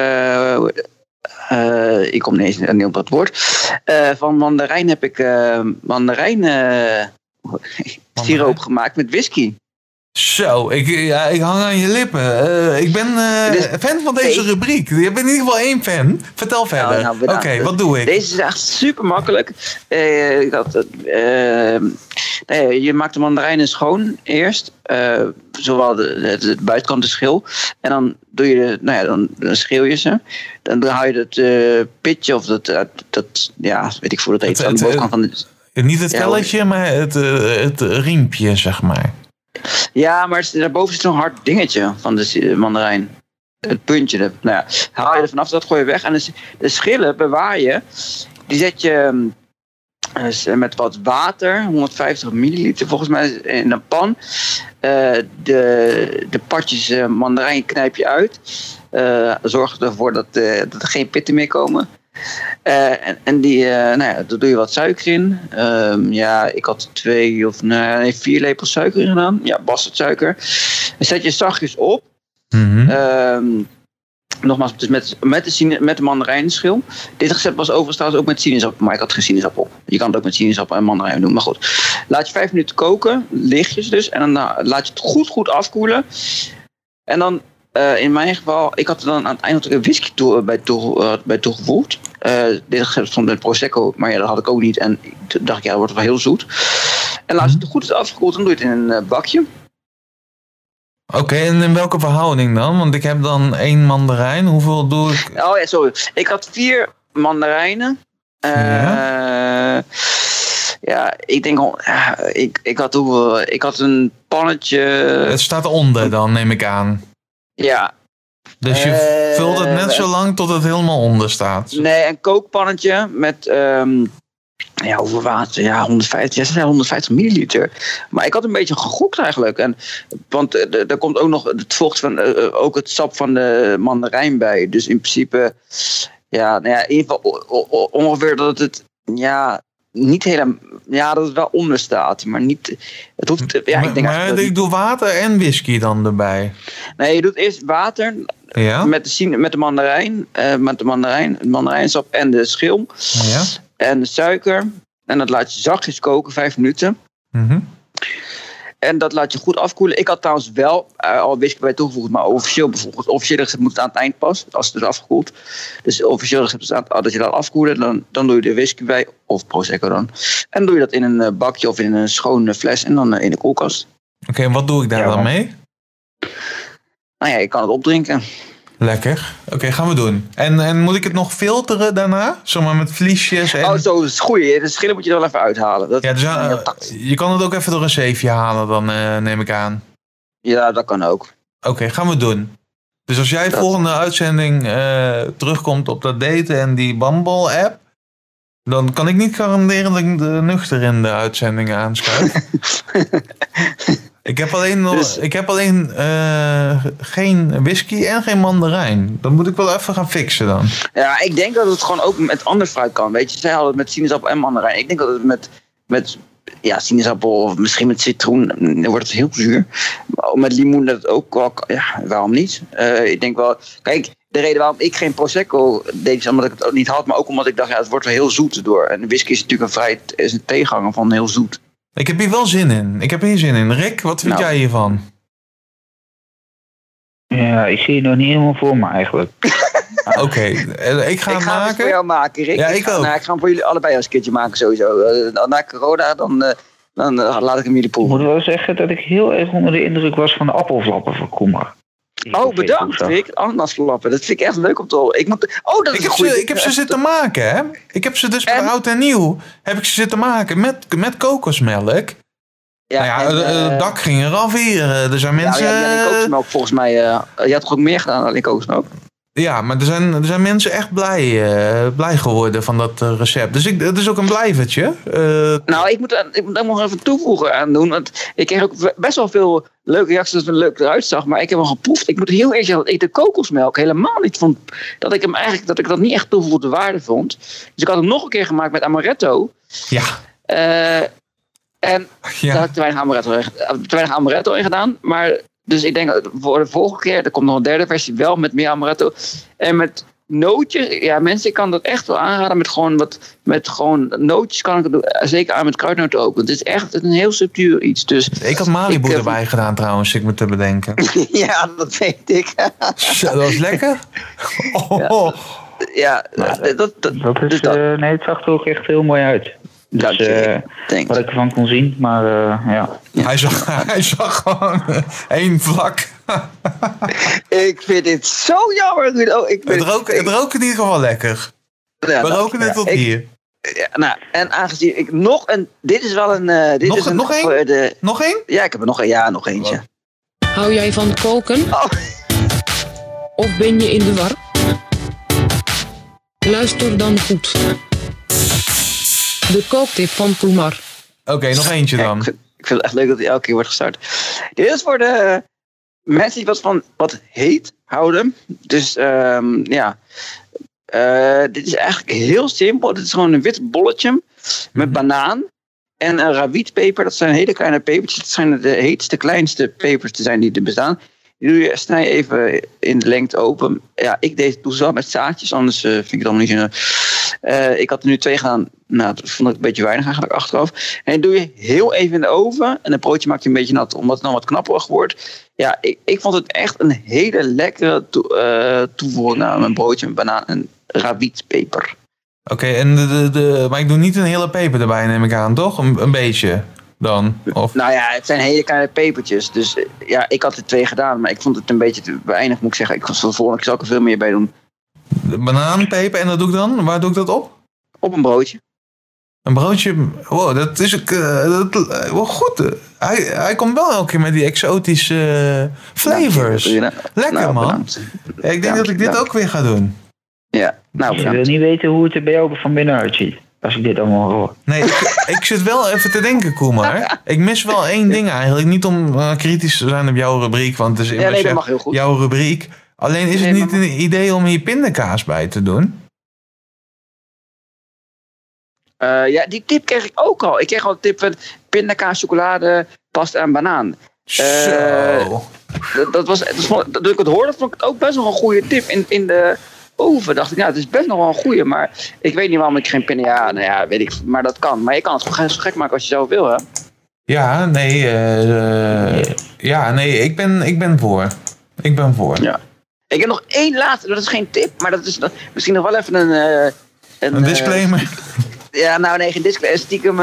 S4: ik kom niet op dat woord. Van mandarijn heb ik siroop gemaakt met whisky.
S2: Zo, ik hang aan je lippen. Ik ben fan van deze rubriek. Je bent in ieder geval 1 fan. Vertel verder. Oké, wat doe ik?
S4: Deze is echt super makkelijk. Je maakt de mandarijnen schoon eerst. Zowel de buitenkant de schil. En dan doe je dan schil je ze. Dan haal je dat pitje of dat weet ik veel dat heet. Aan de bovenkant van
S2: niet het velletje, maar het riempje, zeg maar.
S4: Ja, maar daarboven zit zo'n hard dingetje van de mandarijn. Het puntje. Haal je er vanaf, dat gooi je weg. En de schillen bewaar je. Die zet je met wat water, 150 milliliter volgens mij, in een pan. De partjes mandarijn knijp je uit. Zorg ervoor dat er geen pitten meer komen. Daar doe je wat suiker in. Ik had 4 lepels suiker in gedaan. Ja, bastardsuiker. Dan zet je zachtjes op. Mm-hmm. Nogmaals, dus met de mandarijnenschil. Dit recept was overigens trouwens ook met sinaasappel. Maar ik had geen sinaasappel. Je kan het ook met sinaasappel en mandarijn doen. Maar goed. Laat je 5 minuten koken. Lichtjes dus. En dan laat je het goed afkoelen. En dan... in mijn geval, ik had er dan aan het eind een whisky bij toegevoegd. Dit stond met Prosecco, maar dat had ik ook niet. En toen dacht ik, dat wordt wel heel zoet. En als het goed is afgekoeld, dan doe je het in een bakje.
S2: Oké, en in welke verhouding dan? Want ik heb dan 1 mandarijn. Hoeveel doe ik?
S4: Oh ja, sorry. Ik had 4 mandarijnen. Ik denk... ik had een pannetje...
S2: Het staat onder dan, neem ik aan.
S4: Ja.
S2: Dus je vult het net zo lang tot het helemaal onder staat?
S4: Nee, een kookpannetje met... hoeveel water? Ja, 150 milliliter. Maar ik had een beetje gegokt eigenlijk. Want er komt ook nog het vocht van... ook het sap van de mandarijn bij. Dus in principe... in ieder geval ongeveer dat het... niet helemaal... Ja, dat het wel onder staat. Maar niet... Het hoeft,
S2: ik doe water en whisky dan erbij.
S4: Nee, je doet eerst water... Ja? Met de mandarijn. Het mandarijnsap en de schil. Ja? En de suiker. En dat laat je zachtjes koken, 5 minuten. Mm-hmm. En dat laat je goed afkoelen. Ik had trouwens wel al whisky bij toegevoegd, maar officieel bijvoorbeeld. Officieel recept moet het aan het eind pas, als het is afgekoeld. Dus officieel recept is dat je dat afkoelen, dan doe je de whisky bij, of Prosecco dan. En dan doe je dat in een bakje of in een schone fles en dan in de koelkast.
S2: Oké, en wat doe ik daar dan mee?
S4: Je kan het opdrinken.
S2: Lekker. Oké, gaan we doen. En moet ik het nog filteren daarna? Zomaar met vliesjes en...
S4: Oh, zo, dat is goed. De schillen moet je er wel even uithalen.
S2: Je kan het ook even door een zeefje halen dan, neem ik aan.
S4: Ja, dat kan ook.
S2: Oké, gaan we doen. Dus als jij volgende uitzending terugkomt op dat daten en die Bumble-app... dan kan ik niet garanderen dat ik de nuchter in de uitzending aanschuif. Ik heb alleen geen whisky en geen mandarijn. Dat moet ik wel even gaan fixen dan.
S4: Ja, ik denk dat het gewoon ook met ander fruit kan. Weet je, zij hadden het met sinaasappel en mandarijn. Ik denk dat het met sinaasappel of misschien met citroen, dan wordt het heel zuur. Maar met limoen dat het ook wel, ja, waarom niet? Ik denk wel, kijk, de reden waarom ik geen Prosecco deed is omdat ik het ook niet had, maar ook omdat ik dacht, ja, het wordt wel heel zoet door. En whisky is natuurlijk een tegenhanger van heel zoet.
S2: Ik heb hier wel zin in. Rick, wat vind jij hiervan?
S5: Ja, ik zie het nog niet helemaal voor me eigenlijk.
S2: Oké, ik ga het maken.
S4: Het voor jou maken, Rick.
S2: Ja, ik ook.
S4: Ik ga hem voor jullie allebei als een keertje maken sowieso. Na corona, dan laat ik hem jullie proeven.
S5: Ik moet wel zeggen dat ik heel erg onder de indruk was van de appelflappen van Kumar.
S4: Oh, bedankt, Rick. Ananasflappen. Dat vind ik echt leuk om te horen.
S2: Ik heb ze zitten maken, hè. Ik heb ze dus bij oud en nieuw heb ik ze zitten maken met kokosmelk. Ja, het dak ging eraf hier. Er zijn mensen...
S4: Ja, alleen kokosmelk volgens mij. Je had toch ook meer gedaan dan alleen kokosmelk?
S2: Ja, maar er zijn mensen echt blij geworden van dat recept. Dus het is ook een blijvertje.
S4: Nou, ik moet daar nog even toevoegen aan doen. Want ik kreeg ook best wel veel leuke reacties dat het er leuk eruit zag. Maar ik heb hem geproefd. Ik moet heel eerlijk zeggen dat ik de kokosmelk helemaal niet vond. Dat ik dat niet echt toegevoegde waarde vond. Dus ik had hem nog een keer gemaakt met amaretto.
S2: Ja.
S4: En daar had ik te weinig amaretto in gedaan. Maar... Dus ik denk voor de volgende keer, er komt nog een derde versie wel met meer amaretto. En met nootjes, ja mensen, ik kan dat echt wel aanraden met gewoon nootjes kan ik het doen. Zeker aan met kruidnoten ook. Want het is echt een heel subtiel iets. Dus
S2: ik had Malibu erbij gedaan trouwens, ik moet te bedenken.
S4: Ja, dat weet ik.
S2: Dat was lekker. Oh.
S4: Ja,
S5: nee, het zag er ook echt heel mooi uit. Dus wat ik ervan kon zien, maar ja.
S2: Hij zag gewoon één vlak.
S4: Ik vind dit zo jammer, Ruud.
S2: Het rook in ieder geval lekker. Ja, we roken het tot hier.
S4: Ja, nou, en aangezien ik nog een... Dit is wel een...
S2: Nog één? Nog één?
S4: Ja, ik heb er nog een. Ja, nog eentje.
S7: Hou jij van koken?
S4: Oh.
S7: Of ben je in de war? Luister dan goed. De kooktip van Kumar.
S2: Oké, nog eentje dan.
S4: Ik vind het echt leuk dat hij elke keer wordt gestart. Dit is voor de mensen die wat heet houden. Dus dit is eigenlijk heel simpel. Dit is gewoon een wit bolletje met banaan en een rawietpeper. Dat zijn hele kleine pepertjes. Dat zijn de heetste, kleinste pepers te zijn die er bestaan. Die snij je even in de lengte open. Ja, ik doe ze wel met zaadjes, anders vind ik het allemaal niet zo. Ik had er nu 2 gedaan. Nou, dat vond ik een beetje weinig eigenlijk achteraf. En dan doe je heel even in de oven. En een broodje maak je een beetje nat, omdat het dan wat knapperig wordt. Ja, ik vond het echt een hele lekkere toevoeging aan mijn broodje met banaan en rawietpeper.
S2: Oké, maar ik doe niet een hele peper erbij, neem ik aan, toch? Een beetje dan? Of?
S4: Nou ja, het zijn hele kleine pepertjes. Dus ja, ik had er 2 gedaan, maar ik vond het een beetje te weinig, moet ik zeggen. Ik was volgende keer er veel meer bij doen.
S2: De banaanpeper, en dat doe ik dan? Waar doe ik dat op?
S4: Op een broodje.
S2: Een broodje, wow, dat is ook wel goed. Hij komt wel elke keer met die exotische flavors. Lekker man. Ja, ik denk dat ik dit ook weer ga doen.
S4: Ja,
S5: je wil niet weten hoe het er bij jou van binnen uitziet. Als ik dit allemaal hoor.
S2: Nee, ik zit wel even te denken, Kumar. Ik mis wel 1 ding eigenlijk. Niet om kritisch te zijn op jouw rubriek, want het is immers
S4: dat mag heel goed.
S2: Jouw rubriek. Alleen is het niet een idee om hier pindakaas bij te doen?
S4: Ja, die tip kreeg ik ook al. Ik kreeg al een tip van pindakaas, chocolade, pasta en banaan.
S2: Zo.
S4: Toen ik het hoorde, vond ik het ook best nog een goede tip in de oven. Dacht ik, nou, het is best nog wel een goede, maar ik weet niet waarom ik geen pindakaas... Ja, nou ja, weet ik, maar dat kan. Maar je kan het gewoon zo gek maken als je zelf wil, hè?
S2: Ja, nee, ik ben voor. Ik ben voor.
S4: Ja. Ik heb nog 1 laatste, dat is geen tip, maar dat is misschien nog wel even
S2: een disclaimer.
S4: Ja, nou nee, geen disclaimer. Stiekem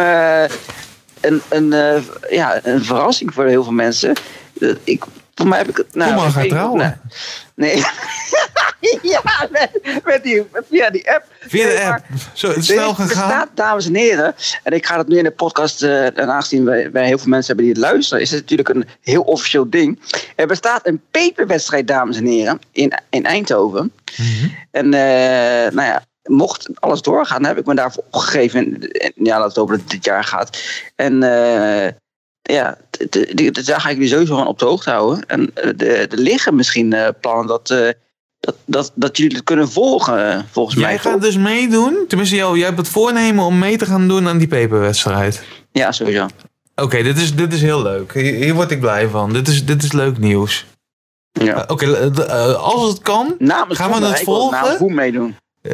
S4: een verrassing voor heel veel mensen. Voor mij heb ik het...
S2: Kom maar, gaan trouwen.
S4: Nee. Ja, via die app.
S2: Via de app. Zo, het is snel gegaan.
S4: Er staat, dames en heren, en ik ga dat nu in de podcast, en aangezien wij heel veel mensen hebben die het luisteren, is het natuurlijk een heel officieel ding. Er bestaat een peperwedstrijd, dames en heren, in Eindhoven. Mm-hmm. En nou ja, mocht alles doorgaan, heb ik me daarvoor opgegeven. En ja, laten we hopen dat het dit jaar gaat. En ja, daar ga ik jullie sowieso van op de hoogte houden. En er liggen misschien plannen dat jullie het kunnen volgen, volgens mij.
S2: Jij gaat dus meedoen? Tenminste, jij hebt het voornemen om mee te gaan doen aan die paperwedstrijd.
S4: Ja, sowieso.
S2: Oké, dit is heel leuk. Hier word ik blij van. Dit is leuk nieuws.
S4: Ja.
S2: Als het kan, gaan we het volgen.
S4: Namens Boom meedoen.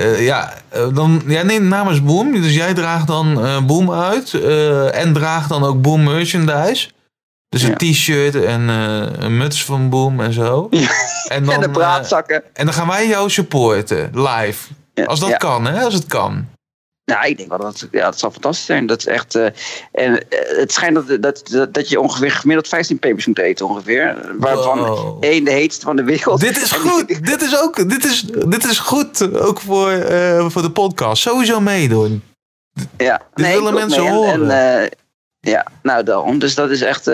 S2: Namens Boom. Dus jij draagt dan Boom uit. En draagt dan ook Boom merchandise. Dus een t-shirt en een muts van Boom en zo.
S4: Ja. En de braadzakken.
S2: En dan gaan wij jou supporten, live.
S4: Ja.
S2: Als dat kan, hè? Als het kan.
S4: Nou, ik denk wel dat zal fantastisch zijn. Dat is echt. En het schijnt dat je ongeveer gemiddeld 15 pepers moet eten, ongeveer. Waarvan 1 de heetste van de wereld.
S2: Dit is goed. Dit is goed. Ook voor de podcast. Sowieso meedoen.
S4: Ja,
S2: dit willen mensen horen.
S4: Ja, nou daarom. Dus dat is echt.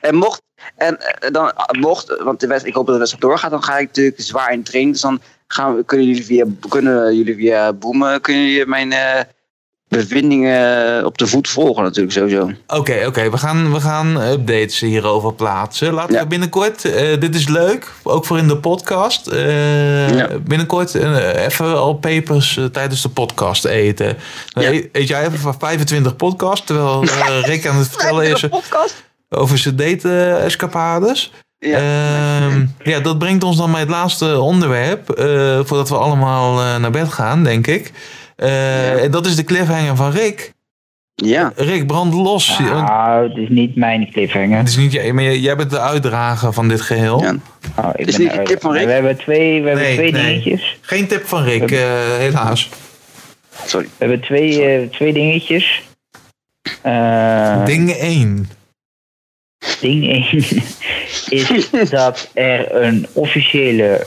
S4: Want ik hoop dat de wedstrijd doorgaat, dan ga ik natuurlijk zwaar in training. Dus dan kunnen jullie via Boom mijn bevindingen op de voet volgen natuurlijk sowieso. Oké.
S2: We gaan updates hierover plaatsen. Laten we binnenkort, dit is leuk, ook voor in de podcast. Binnenkort even al papers tijdens de podcast eten. Eet jij even van 25 podcasts, terwijl Rick aan het vertellen is over zijn date-escapades. Ja, dat brengt ons dan bij het laatste onderwerp, voordat we allemaal naar bed gaan, denk ik. En dat is de cliffhanger van Rick.
S4: Ja.
S2: Rick, brand los.
S5: Nou, het is niet mijn cliffhanger.
S2: Het is niet, maar jij bent de uitdrager van dit geheel.
S4: Ja.
S5: Het is niet een tip van Rick? We hebben twee dingetjes.
S2: Geen tip van Rick, helaas.
S4: Sorry.
S5: We hebben twee dingetjes.
S2: Ding 1.
S5: Ding 1 is dat er een officiële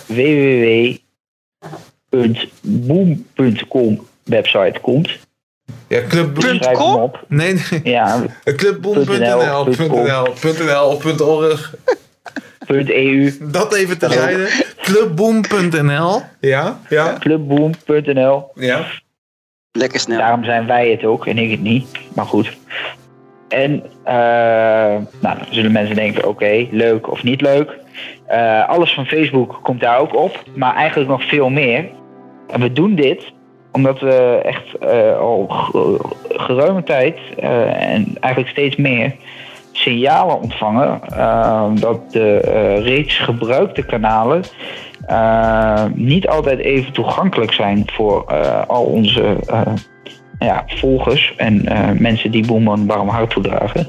S5: www.boom.com website komt.
S2: Ja, clubboom.com? Nee. Ja. Clubboom.nl.org.
S5: .eu.
S2: Dat even terzijde. Clubboom.nl. Ja.
S5: Clubboom.nl.
S2: Ja.
S4: Lekker snel.
S5: Daarom zijn wij het ook en ik het niet. Maar goed. En dan zullen mensen denken, oké, leuk of niet leuk. Alles van Facebook komt daar ook op. Maar eigenlijk nog veel meer. En we doen dit omdat we echt al geruime tijd en eigenlijk steeds meer signalen ontvangen dat de reeds gebruikte kanalen niet altijd even toegankelijk zijn voor al onze volgers en mensen die Boom een warm hart toedragen.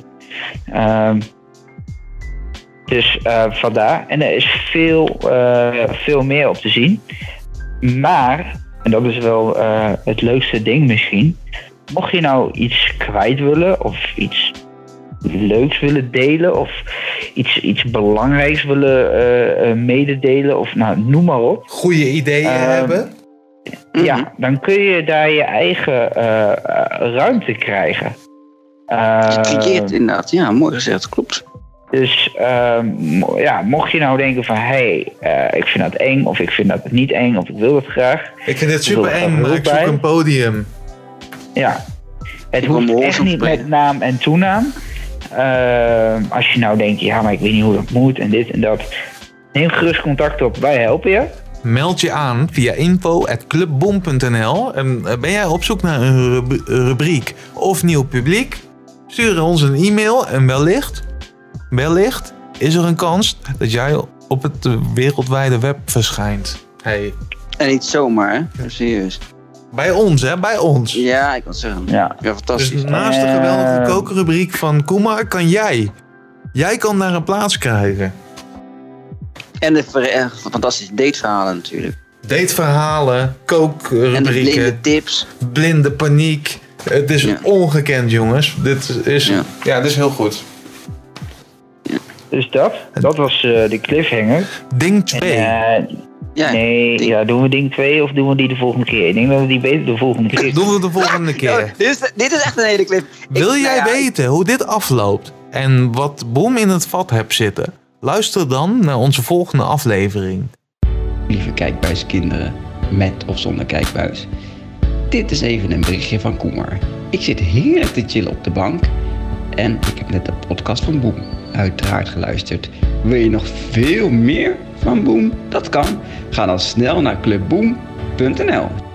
S5: Dus vandaar. En er is veel meer op te zien. Maar, en dat is wel het leukste ding misschien, mocht je nou iets kwijt willen of iets leuks willen delen of iets belangrijks willen mededelen of noem maar op.
S2: Goeie ideeën hebben.
S5: Ja, dan kun je daar je eigen ruimte krijgen.
S4: Gecreëerd inderdaad, ja, mooi gezegd, klopt.
S5: Dus mocht je nou denken van ik vind dat eng of ik vind dat niet eng of ik wil het graag.
S2: Ik vind het super eng, maar ik zoek een podium.
S5: Ja, het hoeft echt niet met naam en toenaam. Als je nou denkt, maar ik weet niet hoe dat moet en dit en dat. Neem gerust contact op, wij helpen je.
S2: Meld je aan via info@clubboom.nl en ben jij op zoek naar een rubriek of nieuw publiek? Stuur ons een e-mail en wellicht is er een kans dat jij op het wereldwijde web verschijnt. Hey.
S4: En niet zomaar, hè? Serieus.
S2: Bij ons, hè? Bij ons.
S4: Ja, ik kan zeggen. Ja, fantastisch.
S2: Dus naast de geweldige kookrubriek van Kumar kan jij kan daar een plaats krijgen.
S4: En de fantastische dateverhalen natuurlijk.
S2: Dateverhalen, kookrubrieken. En de
S4: blinde tips.
S2: Blinde paniek. Het is ongekend, jongens. Dit is heel goed.
S5: Dus dat was de cliffhanger.
S2: Ding 2.
S5: Doen we ding 2 of doen we die de volgende keer? Ik denk dat we die beter de volgende keer
S2: doen. We de volgende keer.
S4: Dit is echt een hele clip.
S2: Wil jij weten hoe dit afloopt en wat Boom in het vat hebt zitten? Luister dan naar onze volgende aflevering.
S1: Lieve kijkbuiskinderen, met of zonder kijkbuis. Dit is even een berichtje van Kumar. Ik zit heerlijk te chillen op de bank en ik heb net de podcast van Boom. uiteraard geluisterd. Wil je nog veel meer van Boom? Dat kan. Ga dan snel naar clubboom.nl.